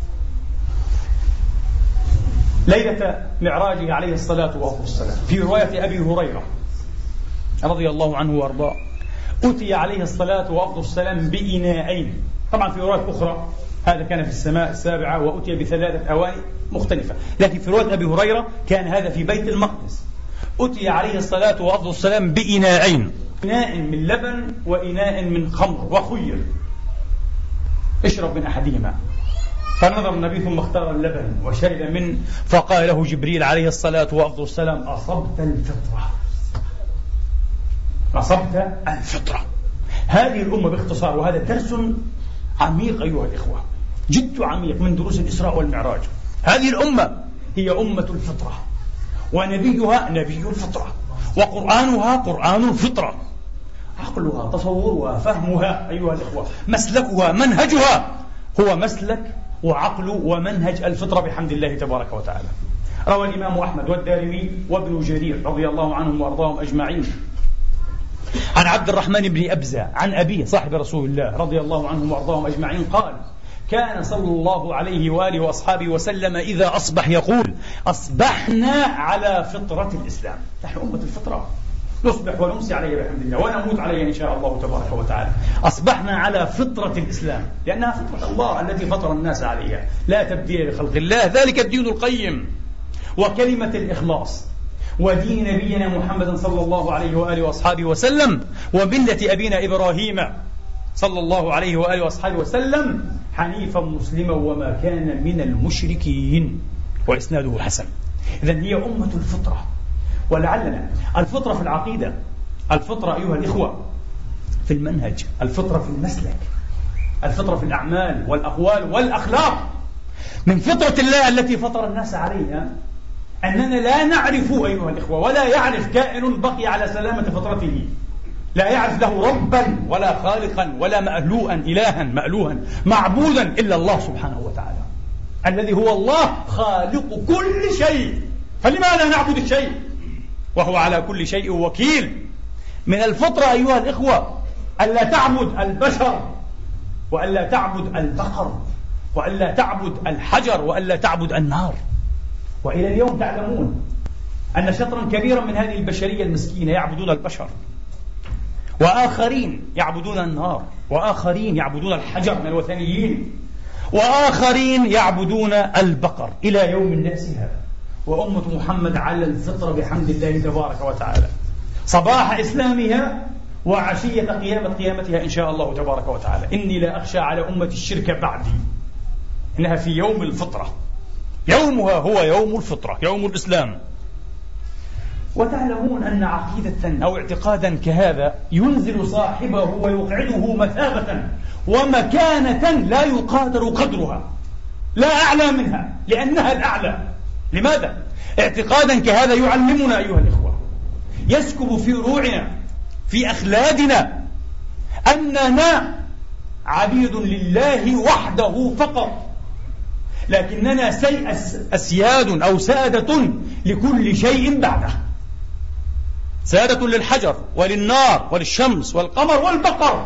A: ليلة معراجه عليه الصلاة والسلام في رواية أبي هريرة رضي الله عنه وارضاه أتي عليه الصلاة والسلام بإناءين. طبعا في رواية أخرى هذا كان في السماء السابعة وأتي ب3 أواني مختلفة، لكن في رواية أبي هريرة كان هذا في بيت المقدس. أتي عليه الصلاة والسلام بإناءين، إناء من لبن وإناء من خمر، وخير اشرب من أحدهما. فنظر النبي ثم اختار اللبن وشرب منه، فقال له جبريل عليه الصلاة والسلام أصبت الفطرة. أصبت الفطرة. هذه الأمة باختصار، وهذا درس عميق أيها الإخوة، جد عميق من دروس الإسراء والمعراج. هذه الأمة هي أمة الفطرة، ونبيها نبي الفطرة، وقرآنها قرآن الفطرة. عقلها تصورها فهمها أيها الإخوة، مسلكها منهجها هو مسلك وعقل ومنهج الفطرة بحمد الله تبارك وتعالى. روى الإمام أحمد والدارمي وابن جرير رضي الله عنهم وأرضاهم أجمعين عن عبد الرحمن بن أبزة عن أبيه صاحب رسول الله رضي الله عنهم وأرضاهم أجمعين قال: كان صلى الله عليه وآله وأصحابه وسلم إذا أصبح يقول: أصبحنا على فطرة الإسلام. نحن أمة الفطرة، نصبح ونمسي عليه بحمد الله ونموت عليه إن شاء الله تبارك وتعالى. أصبحنا على فطرة الإسلام لأنها فطرة الله التي فطر الناس عليها، لا تبديل لخلق الله، ذلك الدين القيم وكلمة الإخلاص، ودين نبينا محمد صلى الله عليه وآله وأصحابه وسلم، وملة أبينا إبراهيم صلى الله عليه وآله وأصحابه وسلم حنيفا مسلما وما كان من المشركين، وإسناده حسن. إذن هي أمة الفطرة. ولعلنا الفطرة في العقيدة، الفطرة أيها الإخوة في المنهج، الفطرة في المسلك، الفطرة في الأعمال والأقوال والأخلاق. من فطرة الله التي فطر الناس عليها أننا لا نعرف أيها الإخوة، ولا يعرف كائن بقي على سلامة فطرته، لا يعرف له ربا ولا خالقا ولا مألوها إلها مألوها معبودا إلا الله سبحانه وتعالى الذي هو الله خالق كل شيء. فلماذا نعبد الشيء وهو على كل شيء وكيل؟ من الفطرة أيها الإخوة ألا تعبد البشر، وألا تعبد البقر، وألا تعبد الحجر، وألا تعبد النار. وإلى اليوم تعلمون أن شطرا كبيرا من هذه البشرية المسكينة يعبدون البشر، وآخرين يعبدون النار، وآخرين يعبدون الحجر من الوثنيين، وآخرين يعبدون البقر إلى يوم الناس هذا. وأمة محمد على الفطرة بحمد الله تبارك وتعالى، صباح إسلامها وعشية قيامتها إن شاء الله تبارك وتعالى. إني لا أخشى على أمة الشرك بعدي، إنها في يوم الفطرة، يومها هو يوم الفطرة، يوم الإسلام. وتعلمون أن عقيدة أو اعتقادا كهذا ينزل صاحبه ويقعده مثابة ومكانة لا يقادر قدرها، لا أعلى منها لأنها الأعلى. لماذا؟ اعتقادا كهذا يعلمنا أيها الإخوة، يسكب في روعنا في أخلادنا أننا عبيد لله وحده فقط، لكننا أسياد أو سادة لكل شيء بعده، سادة للحجر وللنار وللشمس والقمر والبقر.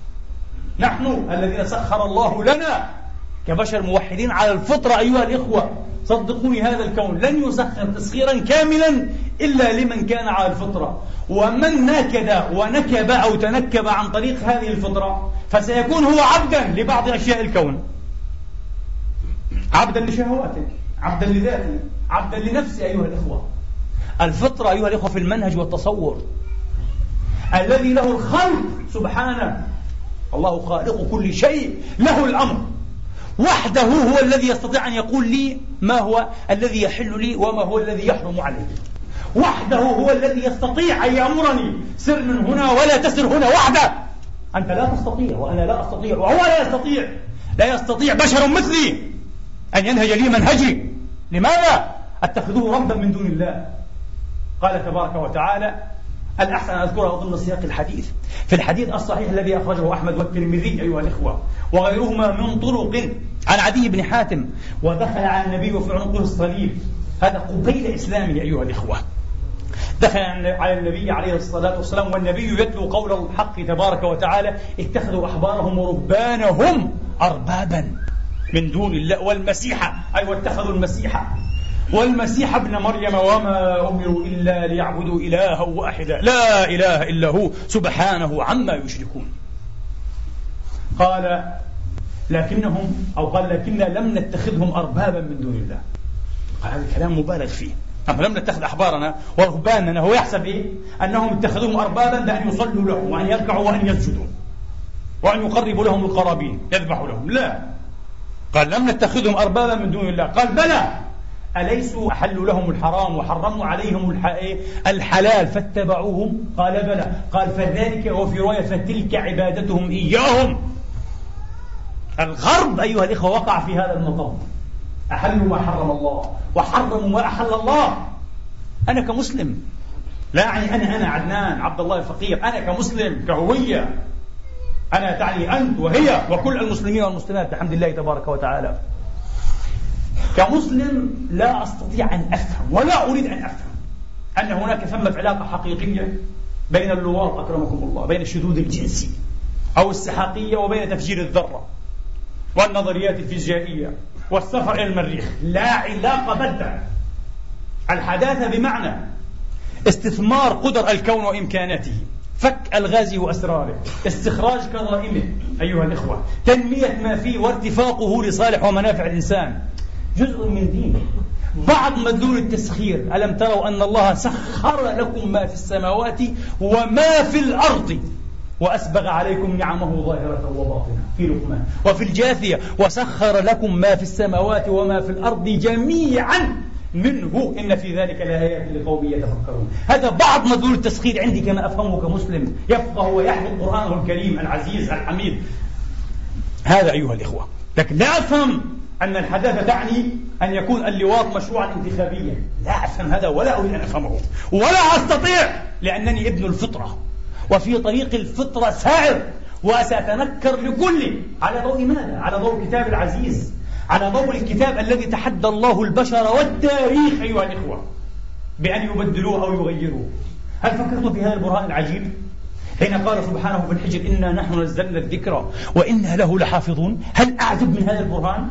A: نحن الذين سخر الله لنا كبشر موحدين على الفطرة أيها الإخوة. صدقوني هذا الكون لن يسخر تسخيرا كاملا إلا لمن كان على الفطرة، ومن نكد ونكب أو تنكب عن طريق هذه الفطرة فسيكون هو عبدا لبعض أشياء الكون، عبدا لشهواته، عبدا لذاته، عبدا لنفسه. أيها الإخوة الفطرة أيها الإخوة في المنهج والتصور الذي له الخلق سبحانه، الله خالق كل شيء، له الأمر وحده، هو الذي يستطيع أن يقول لي ما هو الذي يحل لي وما هو الذي يحرم علي، وحده هو الذي يستطيع أن يأمرني سر من هنا ولا تسر هنا وحده. أنت لا تستطيع وأنا لا أستطيع وهو لا يستطيع. لا يستطيع بشر مثلي أن ينهج لي منهجي. لماذا أتخذوه ربا من دون الله؟ قال تبارك وتعالى، الأحسن أن أذكرها ضمن سياق الحديث، في الحديث الصحيح الذي أخرجه أحمد والترمذي أيها الإخوة وغيرهما من طرق عن عدي بن حاتم، ودخل على النبي وفي عنقه الصليب، هذا قبيل إسلامه أيها الإخوة. دخل على النبي عليه الصلاة والسلام والنبي يتلو قول الحق تبارك وتعالى: اتخذوا أحبارهم ورهبانهم أربابا من دون الله والمسيح، أي واتخذوا المسيح والمسيح ابن مريم وما أمروا إلا ليعبدوا إلها واحدا لا إله إلا هو سبحانه عما يشركون. قال لكنهم أو قال لكننا لم نتخذهم أربابا من دون الله. قال هذا الكلام مبالغ فيه. نحن لم نتخذ أحبارنا ورهباننا، هو يحسب إيه؟ أنهم اتخذوهم أربابا بأن يصلوا لهم وأن يركعوا وأن يسجدوا وأن يقربوا لهم القرابين يذبحوا لهم. لا، قال لم نتخذهم أربابا من دون الله. قال بلى، أليسوا أحلوا لهم الحرام وحرموا عليهم الحلال فاتبعوهم؟ قال بلى. قال فذلك، وفي رواية فتلك عبادتهم إياهم. الغرب أيها الإخوة وقع في هذا المطب، أحلوا ما حرم الله وحرموا ما أحل الله. أنا كمسلم، لا يعني أنا عدنان عبد الله الفقير، أنا كمسلم كهوية، أنا تعني أنت وهي وكل المسلمين والمسلمات بحمد الله تبارك وتعالى. كمسلم لا أستطيع أن أفهم ولا أريد أن أفهم أن هناك ثمة علاقة حقيقية بين اللواط أكرمكم الله، بين الشذوذ الجنسي أو السحاقية وبين تفجير الذرة والنظريات الفيزيائية والسفر إلى المريخ. لا علاقة بتة. الحداثة بمعنى استثمار قدر الكون وإمكاناته، فك الغاز وأسراره، استخراج كرائمه أيها الإخوة، تنمية ما فيه وارتفاقه لصالح ومنافع الإنسان، جزء من دينه. بعض مدلول التسخير: ألم تروا أن الله سخر لكم ما في السماوات وما في الأرض وأسبغ عليكم نعمه ظاهرة وباطنة في لقمان. وفي الجاثية: وسخر لكم ما في السماوات وما في الأرض جميعا منه إن في ذلك لآيات لقوم يتفكرون. هذا بعض مدلول التسخير عندي كما أفهمه كمسلم يفقه ويحفظ قرآنه الكريم العزيز الحميد. هذا أيها الإخوة. لكن لا أفهم أن الحداثة تعني أن يكون اللواط مشروعا انتخابيا. لا أفهم هذا ولا أريد أن أفهمه ولا أستطيع، لأنني ابن الفطرة وفي طريق الفطرة سائر، وسأتنكر لكل على ضوء ماذا؟ على ضوء الكتاب العزيز، على ضوء الكتاب الذي تحدى الله البشر والتاريخ أيها الإخوة بأن يبدلوه أو يغيروه. هل فكرتم في هذا البرهان العجيب حين قال سبحانه في الحجر: إنا نحن نزلنا الذكر وإنا له لحافظون؟ هل أعجب من هذا البرهان؟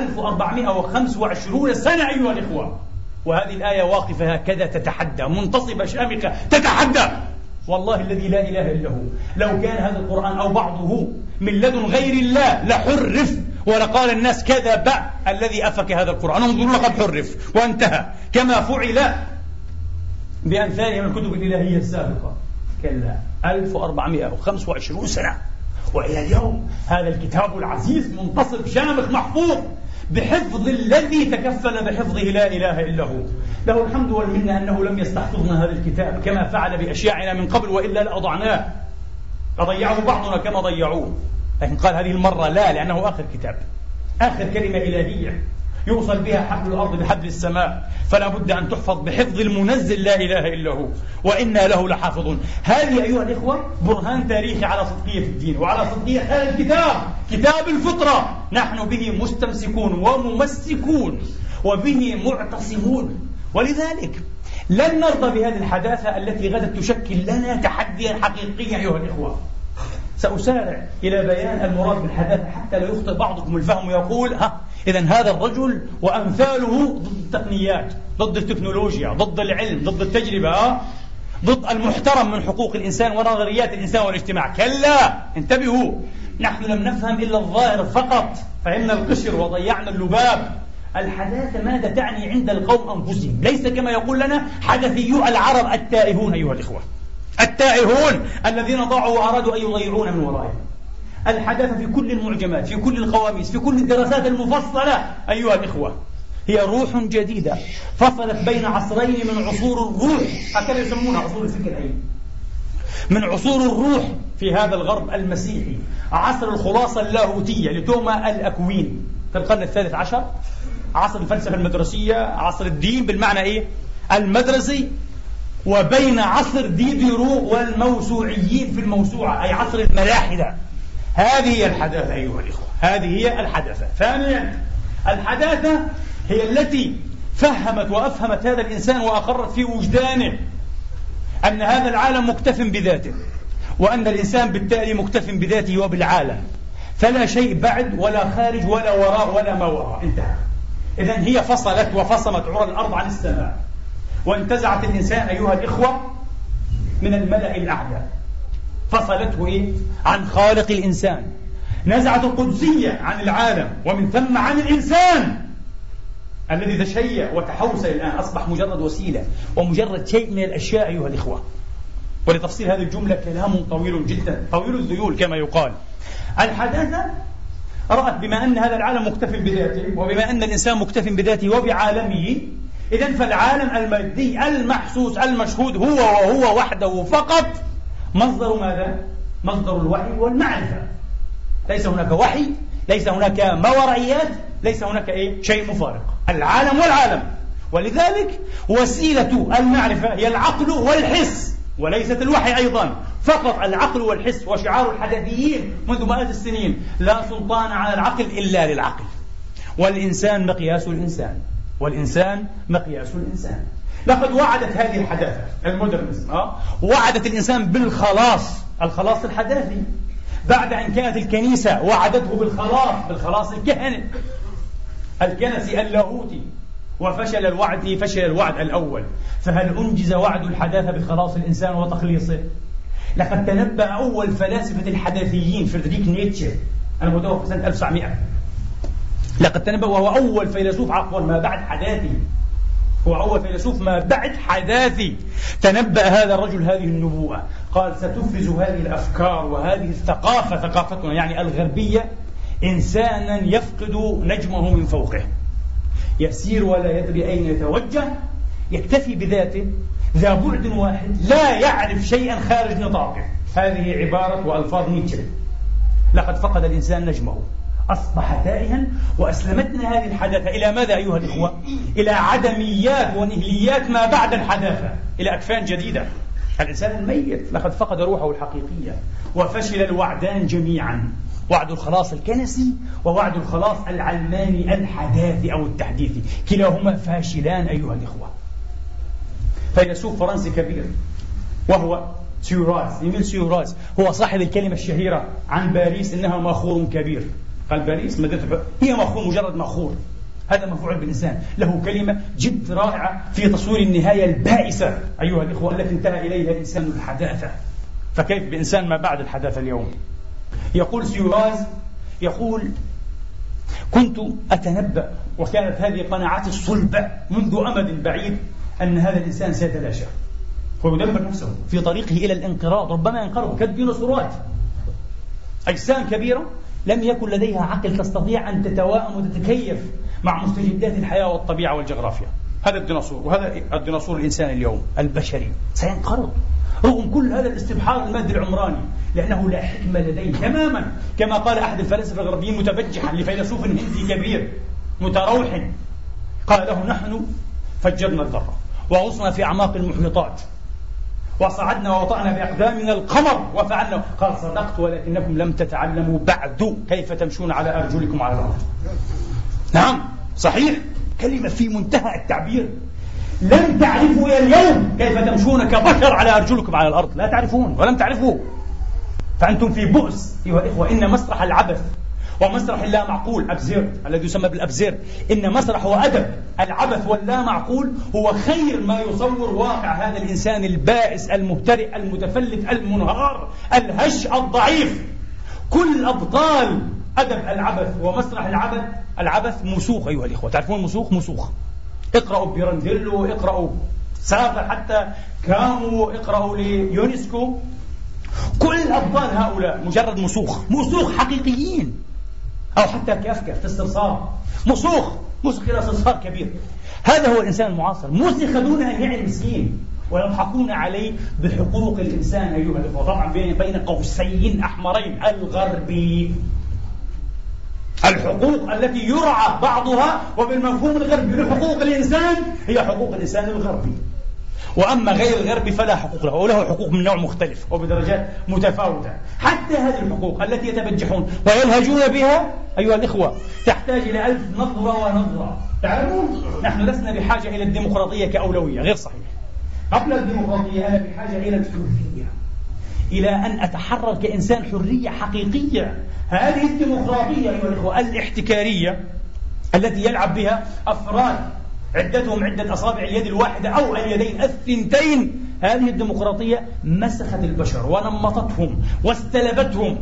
A: 1425 سنة أيها الإخوة، وهذه الآية واقفة هكذا تتحدى، منتصبة شامخة تتحدى. والله الذي لا إله إلا هو، لو كان هذا القرآن أو بعضه من لدن غير الله لحرف ولقال الناس كذب الذي أفك هذا القرآن، انظروا لقد حرف وانتهى، كما فعل بأمثاله من الكتب الإلهية السابقة. كلا، 1425 سنة وإلى اليوم هذا الكتاب العزيز منتصب شامخ محفوظ بحفظ الذي تكفل بحفظه لا إله إلا هو. له الحمد والمنة أنه لم يستحفظنا هذا الكتاب كما فعل بأشياعنا من قبل، وإلا لأضعناه، أضيعه بعضنا كما ضيعوه. لكن قال هذه المرة لا، لأنه آخر كتاب، آخر كلمة إلهية يوصل بها حبل الأرض بحبل السماء، فلا بد أن تحفظ بحفظ المنزل لا إله إلا هو، وإنا له لحافظون. هذه أيها الإخوة برهان تاريخي على صدقية الدين وعلى صدقية هذا الكتاب، كتاب الفطرة. نحن به مستمسكون وممسكون وبه معتصمون، ولذلك لن نرضى بهذه الحداثة التي غدت تشكل لنا تحديا حقيقيا أيها الإخوة. سأسارع إلى بيان المراد بالحداثة حتى لا يخطئ بعضكم الفهم ويقول: إذن هذا الرجل وأمثاله ضد التقنيات، ضد التكنولوجيا، ضد العلم، ضد التجربة، ضد المحترم من حقوق الإنسان ونظريات الإنسان والاجتماع. كلا، انتبهوا، نحن لم نفهم إلا الظاهر فقط، فهمنا القشر وضيعنا اللباب. الحداثة ماذا تعني عند القوم أنفسهم؟ ليس كما يقول لنا حدثيو العرب التائهون أيها الإخوة، التائهون الذين ضاعوا وأرادوا أن يضيعون من ورائهم. الحداثة في كل المعجمات، في كل القواميس، في كل الدراسات المفصلة أيها الإخوة، هي روح جديدة فصلت بين عصرين من عصور الروح، هكذا يسمونها عصور الفكر العلمي، من عصور الروح في هذا الغرب المسيحي، عصر الخلاصة اللاهوتية لتوما الأكوين في القرن الثالث عشر، عصر الفلسفة المدرسية، عصر الدين بالمعنى إيه؟ المدرسي، وبين عصر ديديرو والموسوعيين في الموسوعة أي عصر الملاحدة. هذه هي الحداثة أيها الإخوة، هذه هي الحداثة. ثانيا، الحداثة هي التي فهمت وأفهمت هذا الإنسان وأقرت في وجدانه أن هذا العالم مكتف بذاته، وأن الإنسان بالتالي مكتف بذاته وبالعالم، فلا شيء بعد ولا خارج ولا وراء ولا ما وراء، انتهى. إذن هي فصلت وفصمت عرى الأرض عن السماء، وانتزعت الإنسان أيها الإخوة من الملأ الأعلى، فصلته إيه؟ عن خالق الإنسان، نزعت القدسية عن العالم، ومن ثم عن الإنسان الذي تشيع وتحوسل الآن، أصبح مجرد وسيلة ومجرد شيء من الأشياء أيها الإخوة. ولتفصيل هذه الجملة كلام طويل جدا، طويل الذيول كما يقال. الحداثة رأت بما أن هذا العالم مكتف بذاته، وبما أن الإنسان مكتف بذاته وبعالمه، إذن فالعالم المادي المحسوس المشهود هو وهو وحده فقط مصدر ماذا؟ مصدر الوحي والمعرفة. ليس هناك وحي، ليس هناك ماورائيات، ليس هناك شيء مفارق، العالم والعالم. ولذلك وسيلة المعرفة هي العقل والحس، وليست الوحي أيضا، فقط العقل والحس. وشعار الحداثيين منذ مئات السنين: لا سلطان على العقل إلا للعقل، والإنسان مقياس الإنسان، والإنسان مقياس الإنسان. لقد وعدت هذه الحداثة المودرنزم وعدت الإنسان بالخلاص، الخلاص الحداثي، بعد أن كانت الكنيسة وعدته بالخلاص الكنسي اللاهوتي، وفشل الوعد، فشل الوعد الأول. فهل أنجز وعد الحداثة بخلاص الإنسان وتخليصه؟ لقد تنبأ أول فلاسفة الحداثيين فريدريك نيتشه، أنا متوفى سنة 1900، لقد تنبأ، وهو أول فيلسوف عفوا ما بعد حداثي، هو أول فيلسوف ما بعد حداثي. تنبأ هذا الرجل هذه النبوءة، قال: ستفرز هذه الأفكار وهذه الثقافة، ثقافتنا يعني الغربية، إنسانا يفقد نجمه من فوقه، يسير ولا يدري أين يتوجه، يكتفي بذاته، ذا بعد واحد، لا يعرف شيئا خارج نطاقه. هذه عبارة وألفاظ نيتشه. لقد فقد الإنسان نجمه، أصبح تائها. وأسلمتنا هذه الحداثة إلى ماذا أيها الإخوة؟ إلى عدميات ونهليات ما بعد الحداثة، إلى أكفان جديدة. الإنسان الميت لقد فقد روحه الحقيقية، وفشل الوعدان جميعا، وعد الخلاص الكنسي ووعد الخلاص العلماني الحداثي أو التحديثي، كلاهما فاشلان أيها الإخوة. فيلسوف فرنسي كبير وهو إيميل سيوراز، هو صاحب الكلمة الشهيرة عن باريس إنها مخور كبير. قال باريس مدينة هي مخور، مجرد مخور، هذا مفعول بالإنسان. له كلمة جد رائعة في تصوير النهاية البائسة أيها الإخوة التي انتهى إليها الإنسان الحداثة. فكيف بإنسان ما بعد الحداثة اليوم؟ يقول سيوراز، يقول: كنت أتنبأ، وكانت هذه قناعاتي الصلبة منذ أمد بعيد، أن هذا الإنسان سيتلاشى ويدمر نفسه في طريقه إلى الانقراض، ربما ينقرض كالديناصورات، أجسام كبيرة لم يكن لديها عقل تستطيع أن تتواءم وتتكيف مع مستجدات الحياة والطبيعة والجغرافيا. هذا الديناصور، وهذا الديناصور الإنسان اليوم البشري سينقرض رغم كل هذا الاستبحار المادي العمراني، لأنه لا حكمة لديه تماما، كما قال أحد الفلاسفة الغربيين متبجحا لفيلسوف هندي كبير متروح، قال له: نحن فجرنا الذرة وغصنا في أعماق المحيطات وصعدنا ووطأنا بأقدامنا القمر وفعلنا. قال: صدقت، ولكنكم لم تتعلموا بعد كيف تمشون على أرجلكم على الأرض. نعم صحيح، كلمة في منتهى التعبير. لم تعرفوا إلى اليوم كيف تمشون كبشر على أرجلكم على الأرض، لا تعرفون ولم تعرفوا، فأنتم في بؤس أيها الإخوة. إن مسرح العبث ومسرح اللا معقول أبزيرد الذي يسمى بالأبزيرد، إن مسرح وأدب العبث واللا معقول هو خير ما يصور واقع هذا الإنسان البائس المهترئ المتفلت المنهار الهش الضعيف. كل أبطال أدب العبث ومسرح العبث مسوخ أيها الإخوة. تعرفون مسوخ. اقرأوا بيرانديلو، اقرأوا سارتر، حتى كامو، اقرأوا ليونسكو، كل أبطال هؤلاء مجرد مسوخ حقيقيين. أو حتى كافكا في استرسال مسوخ. مسخ إلى صرصار كبير. هذا هو الإنسان المعاصر، مسخ دون أن يعي المسكين، ويضحكون عليه بحقوق الإنسان أيها الأخوة. طبعا بين قوسين أحمرين، الغربي، الحقوق التي يرعى بعضها وبالمفهوم الغربي لحقوق الإنسان هي حقوق الإنسان الغربي، وأما غير الغربي فلا حقوق له، وله حقوق من نوع مختلف وبدرجات متفاوتة. حتى هذه الحقوق التي يتبجحون ويلهجون بها أيها الإخوة تحتاج إلى 1000 نظرة ونظرة. تعلمون نحن لسنا بحاجة إلى الديمقراطية كأولوية، غير صحيح. قبل الديمقراطية أنا بحاجة إلى الحرية، إلى أن أتحرر كإنسان حرية حقيقية. هذه الديمقراطية أيها الإخوة الاحتكارية التي يلعب بها أفراد عدتهم عدة أصابع اليد الواحدة أو اليدين الثنتين، هذه الديمقراطية مسخت البشر ونمطتهم واستلبتهم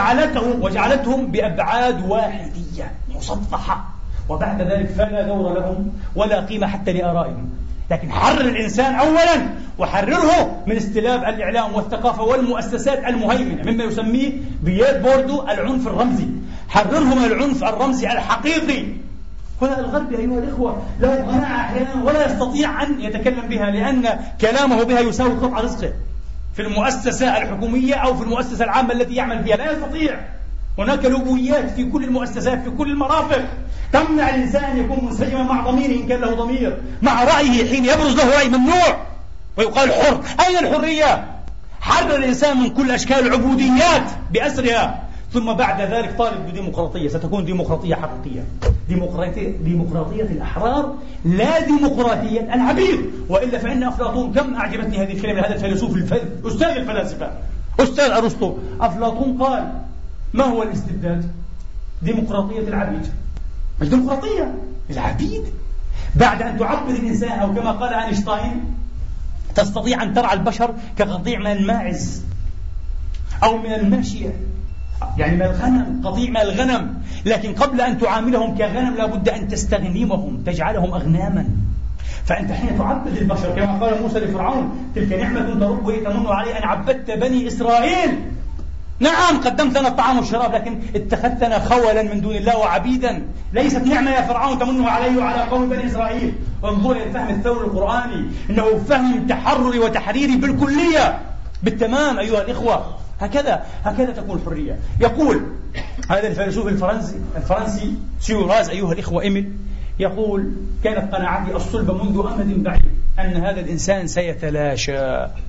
A: وجعلتهم بأبعاد واحدية مسطحة، وبعد ذلك فلا دور لهم ولا قيمة حتى لآرائهم. لكن حرر الإنسان أولا، وحرره من استلاب الإعلام والثقافة والمؤسسات المهيمنة مما يسميه بيير بوردو العنف الرمزي. حرره من العنف الرمزي الحقيقي. هنا الغرب أيها الإخوة له قناعة أحيانا ولا يستطيع أن يتكلم بها، لأن كلامه بها يساوي قطع رزقه في المؤسسة الحكومية أو في المؤسسة العامة التي يعمل فيها، لا يستطيع. هناك لوبويات في كل المؤسسات في كل المرافق تمنع الإنسان أن يكون منسجما مع ضميره إن كان له ضمير، مع رأيه حين يبرز له رأي ممنوع ويقال حر. أين الحرية؟ حرر الإنسان من كل أشكال العبوديات بأسرها، ثم بعد ذلك طالب بديمقراطية ستكون ديمقراطية حقيقية، ديمقراطية الأحرار لا ديمقراطية العبيد. وإلا فإن أفلاطون، كم أعجبتني هذه الكلمة، هذا الفيلسوف أستاذ الفلاسفة أستاذ أرسطو، أفلاطون قال ما هو الاستبداد؟ ديمقراطية العبيد، مش ديمقراطية العبيد. بعد أن تعبد الإنسان، أو كما قال أينشتاين تستطيع أن ترعى البشر كقطيع من الماعز أو من الماشية، يعني من الغنم، قطيع من الغنم، لكن قبل أن تعاملهم كغنم لابد أن تستغنمهم، تجعلهم أغناما. فأنت حين تعبد البشر كما قال موسى لفرعون تلك نعمة تربه تمن علي أن عبدت بني إسرائيل. نعم قدمت لنا الطعام والشراب، لكن اتخذتنا خولا من دون الله وعبيدا. ليست نعمة يا فرعون تمنه علي وعلى قوم بني إسرائيل. انظر إلى الفهم الثوري القرآني، إنه فهم تحرري وتحريري بالكلية بالتمام أيها الإخوة. هكذا تكون الحرية. يقول هذا الفيلسوف الفرنسي سيوراز أيها الإخوة إيميل، يقول كانت قناعتي الصلبة منذ أمد بعيد أن هذا الإنسان سيتلاشى،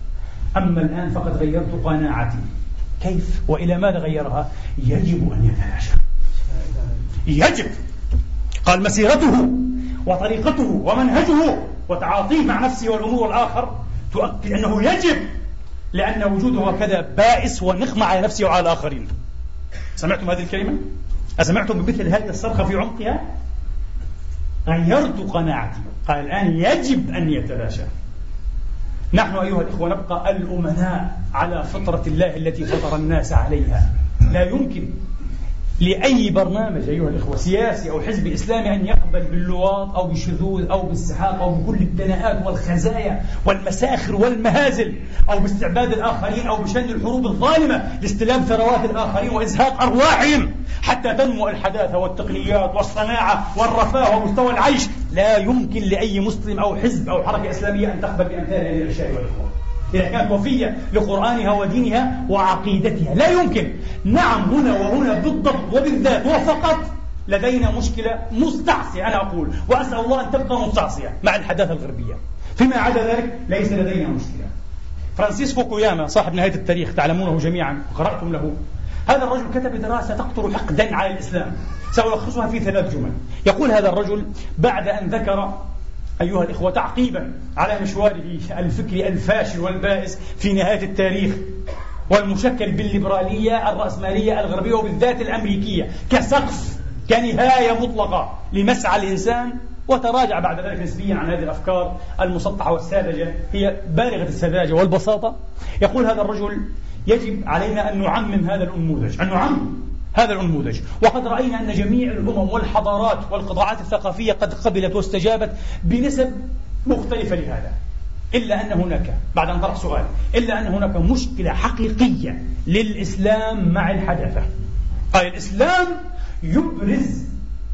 A: أما الآن فقد غيرت قناعتي. كيف وإلى ماذا غيرها؟ يجب أن يتلاشى، يجب. قال مسيرته وطريقته ومنهجه وتعاطيه مع نفسه والأمور والآخر تؤكد أنه يجب، لأن وجوده هكذا بائس ونقمة على نفسه وعلى الآخرين. سمعتم هذه الكلمة؟ أسمعتم بمثل هذه الصرخة في عمقها؟ غيرت قناعتي، قال الآن يجب أن يتلاشى. نحن أيها الإخوة نبقى الأمناء على فطرة الله التي فطر الناس عليها. لا يمكن لأي برنامج أيها الإخوة سياسي أو حزب إسلامي أن يقبل باللواط أو بالشذوذ أو بالسحاق أو بكل الدناءات والخزايا والمساخر والمهازل أو باستعباد الآخرين أو بشن الحروب الظالمة لاستلاب ثروات الآخرين وإزهاق أرواحهم حتى تنمو الحداثة والتقنيات والصناعة والرفاه ومستوى العيش. لا يمكن لأي مسلم أو حزب أو حركة إسلامية أن تقبل بأمثال هذه الأشياء والإخوة إذا كانت وفية لقرآنها ودينها وعقيدتها. لا يمكن. نعم هنا وهنا بالضبط وبالذات وفقط لدينا مشكلة مستعصية، أنا أقول وأسأل الله أن تبقى مستعصية مع الحداثة الغربية. فيما عدا ذلك ليس لدينا مشكلة. فرانسيس فوكوياما صاحب نهاية التاريخ تعلمونه جميعا وقرأتم له، هذا الرجل كتب دراسة تقطر حقدا على الإسلام، سألخصها في 3 جمل. يقول هذا الرجل بعد أن ذكر أيها الإخوة تعقيبا على مشواره الفكري الفاشل والبائس في نهاية التاريخ والمشكل بالليبرالية الرأسمالية الغربية وبالذات الأمريكية كسقف كنهاية مطلقة لمسعى الإنسان، وتراجع بعد ذلك نسبيا عن هذه الأفكار المسطحة والساذجة هي بالغة السذاجة والبساطة. يقول هذا الرجل يجب علينا أن نعمم هذا الأنموذج، أن نعمم هذا الأنموذج، وقد رأينا أن جميع الأمم والحضارات والقطاعات الثقافية قد قبلت واستجابت بنسب مختلفة لهذا، إلا أن هناك بعد أن طرح سؤال إلا أن هناك مشكلة حقيقية للإسلام مع الحداثة. قال الإسلام يبرز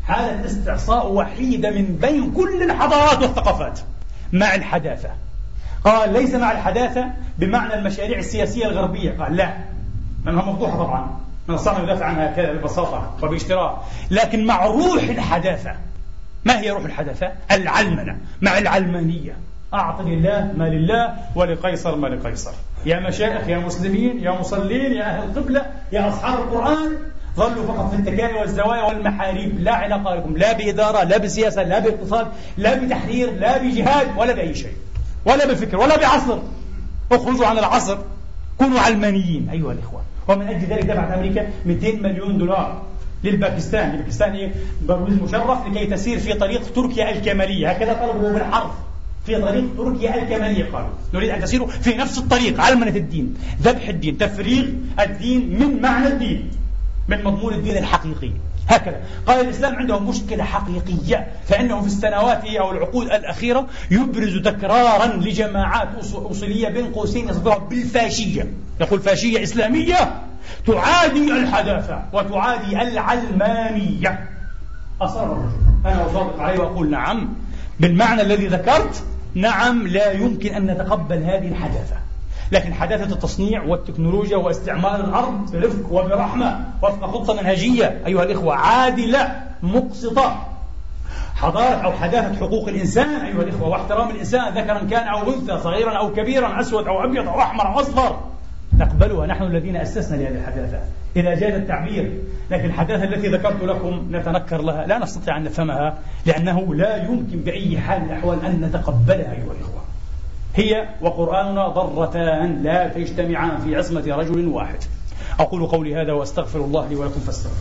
A: حالة استعصاء وحيدة من بين كل الحضارات والثقافات مع الحداثة. قال ليس مع الحداثة بمعنى المشاريع السياسية الغربية، قال لا، لأنها مفضوحة طبعا، من الصعب يدافع عنها كذا ببساطة وباشتراء، لكن مع روح الحداثة. ما هي روح الحداثة؟ العلمنة مع العلمانية. أعط لله ما لله ولقيصر ما لقيصر. يا مشايخ، يا مسلمين، يا مصلين، يا أهل القبلة، يا أصحاب القرآن، ظلوا فقط في التكاري والزوايا والمحاريب، لا علاقة لكم لا بإدارة، لا بسياسة، لا باقتصاد، لا بتحرير، لا بجهاد، ولا بأي شيء، ولا بفكر، ولا بعصر. اخرجوا عن العصر، كونوا علمانيين أيها الإخوة. ومن أجل ذلك دفعت أمريكا 200 مليون دولار للباكستان، الباكستاني برويز مشرف، لكي تسير في طريق تركيا الكمالية. هكذا طلبوا بالحرف، في طريق تركيا الكمالية. قالوا نريد أن تسيروا في نفس الطريق، علمنة الدين، ذبح الدين، تفريغ الدين من معنى الدين، من مضمون الدين الحقيقي. هكذا قال الإسلام عندهم مشكلة حقيقية، فإنه في السنوات أو العقود الأخيرة يبرز تكرارا لجماعات أصولية بين قوسين يصفها بالفاشية. يقول فاشية إسلامية تعادي الحداثة وتعادي العلمانية. أصر الرجل، أنا أصادق عليه وأقول نعم بالمعنى الذي ذكرت، نعم لا يمكن أن نتقبل هذه الحداثة، لكن حداثة التصنيع والتكنولوجيا واستعمال الأرض برفق وبرحمة وفق خطة منهجية أيها الإخوة عادلة مقسطة. حضارة أو حداثة حقوق الإنسان أيها الإخوة، واحترام الإنسان ذكرا كان أو أنثى، صغيرا أو كبيرا، أسود أو أبيض أو أحمر أو أصفر، نقبلها. نحن الذين أسسنا لهذه الحداثة إذا جاز التعبير، لكن الحداثة التي ذكرت لكم نتنكر لها، لا نستطيع أن نفهمها، لأنه لا يمكن بأي حال من الأحوال أن نتقبلها أيها الإخوة. هي وقرآننا ضرتان لا تجتمعان في عصمة رجل واحد. أقول قولي هذا وأستغفر الله لي ولكم فاستغفروا.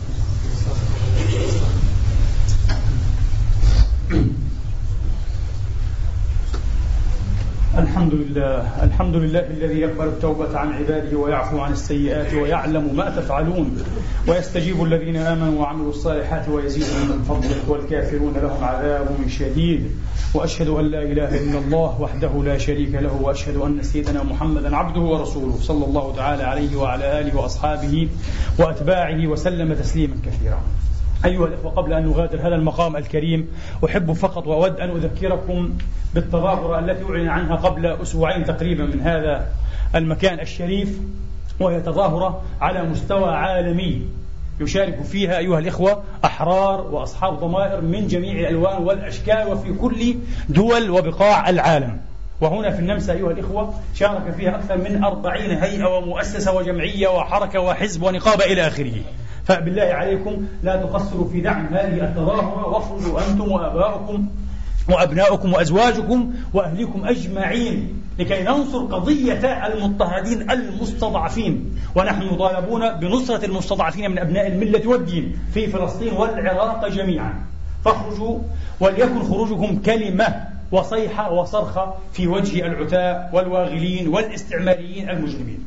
A: الحمد لله الذي يقبل التوبة عن عباده ويعفو عن السيئات ويعلم ما تفعلون ويستجيب الذين آمنوا وعملوا الصالحات ويزيدهم من فضله والكافرون لهم عذاب شديد. وأشهد أن لا إله إلا الله وحده لا شريك له، وأشهد أن سيدنا محمدا عبده ورسوله صلى الله تعالى عليه وعلى آله وأصحابه وأتباعه وسلم تسليما كثيرا. أيها الأخوة، قبل أن نغادر هذا المقام الكريم أحب فقط وأود أن أذكركم بالتظاهرة التي أعلن عنها قبل أسبوعين تقريبا من هذا المكان الشريف، وهي تظاهرة على مستوى عالمي يشارك فيها أيها الإخوة أحرار وأصحاب ضمائر من جميع الألوان والأشكال وفي كل دول وبقاع العالم. وهنا في النمسا أيها الإخوة شارك فيها أكثر من 40 هيئة ومؤسسة وجمعية وحركة وحزب ونقابة إلى آخره. فبالله عليكم لا تقصروا في دعم هذه التظاهرة، واخرجوا أنتم وآباؤكم وأبناؤكم وأزواجكم وأهلكم أجمعين لكي ننصر قضية المضطهدين المستضعفين. ونحن مطالبون بنصرة المستضعفين من أبناء الملة والدين في فلسطين والعراق جميعا. فاخرجوا، وليكن خروجكم كلمة وصيحة وصرخة في وجه العتاة والواغلين والاستعماريين المجرمين.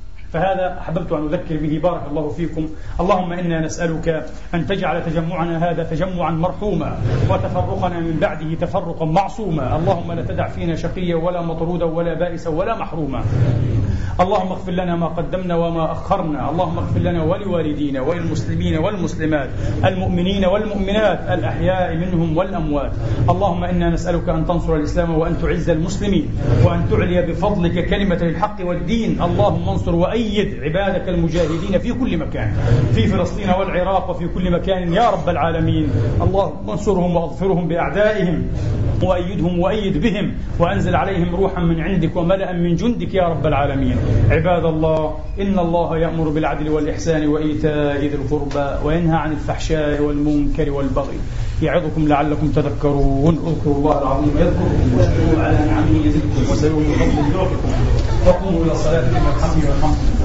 A: فهذا أحببت أن أذكر به. بارك الله فيكم. اللهم إنا نسألك أن تجعل تجمعنا هذا تجمعا مرحوما وتفرقنا من بعده تفرقا معصوما. اللهم لا تدع فينا شقيا ولا مطرودا ولا بائسا ولا محروما. اللهم اغفر لنا ما قدمنا وما أخرنا. اللهم اغفر لنا ولوالدينا وللمسلمين والمسلمات المؤمنين والمؤمنات الأحياء منهم والأموات. اللهم إنا نسألك أن تنصر الإسلام وأن تعز المسلمين وأن تعلي بفضلك كلمة الحق والدين. اللهم انصر وأيد عبادك المجاهدين في كل مكان، في فلسطين والعراق وفي كل مكان يا رب العالمين. اللهم انصرهم واغفرهم بأعدائهم وأيدهم وأيد بهم وأنزل عليهم روحا من عندك وملأ من جندك يا رب العالمين. عباد الله، إن الله يأمر بالعدل والإحسان وإيتاء ذي القربى وينهى عن الفحشاء والمنكر والبغي يعظكم لعلكم تذكرون. اذكروا الله العظيم يذكركم واشكروه على نعمه يزدكم وسلوه بفضل ذوقكم وقوموا إلى الصلاة والحمد لله.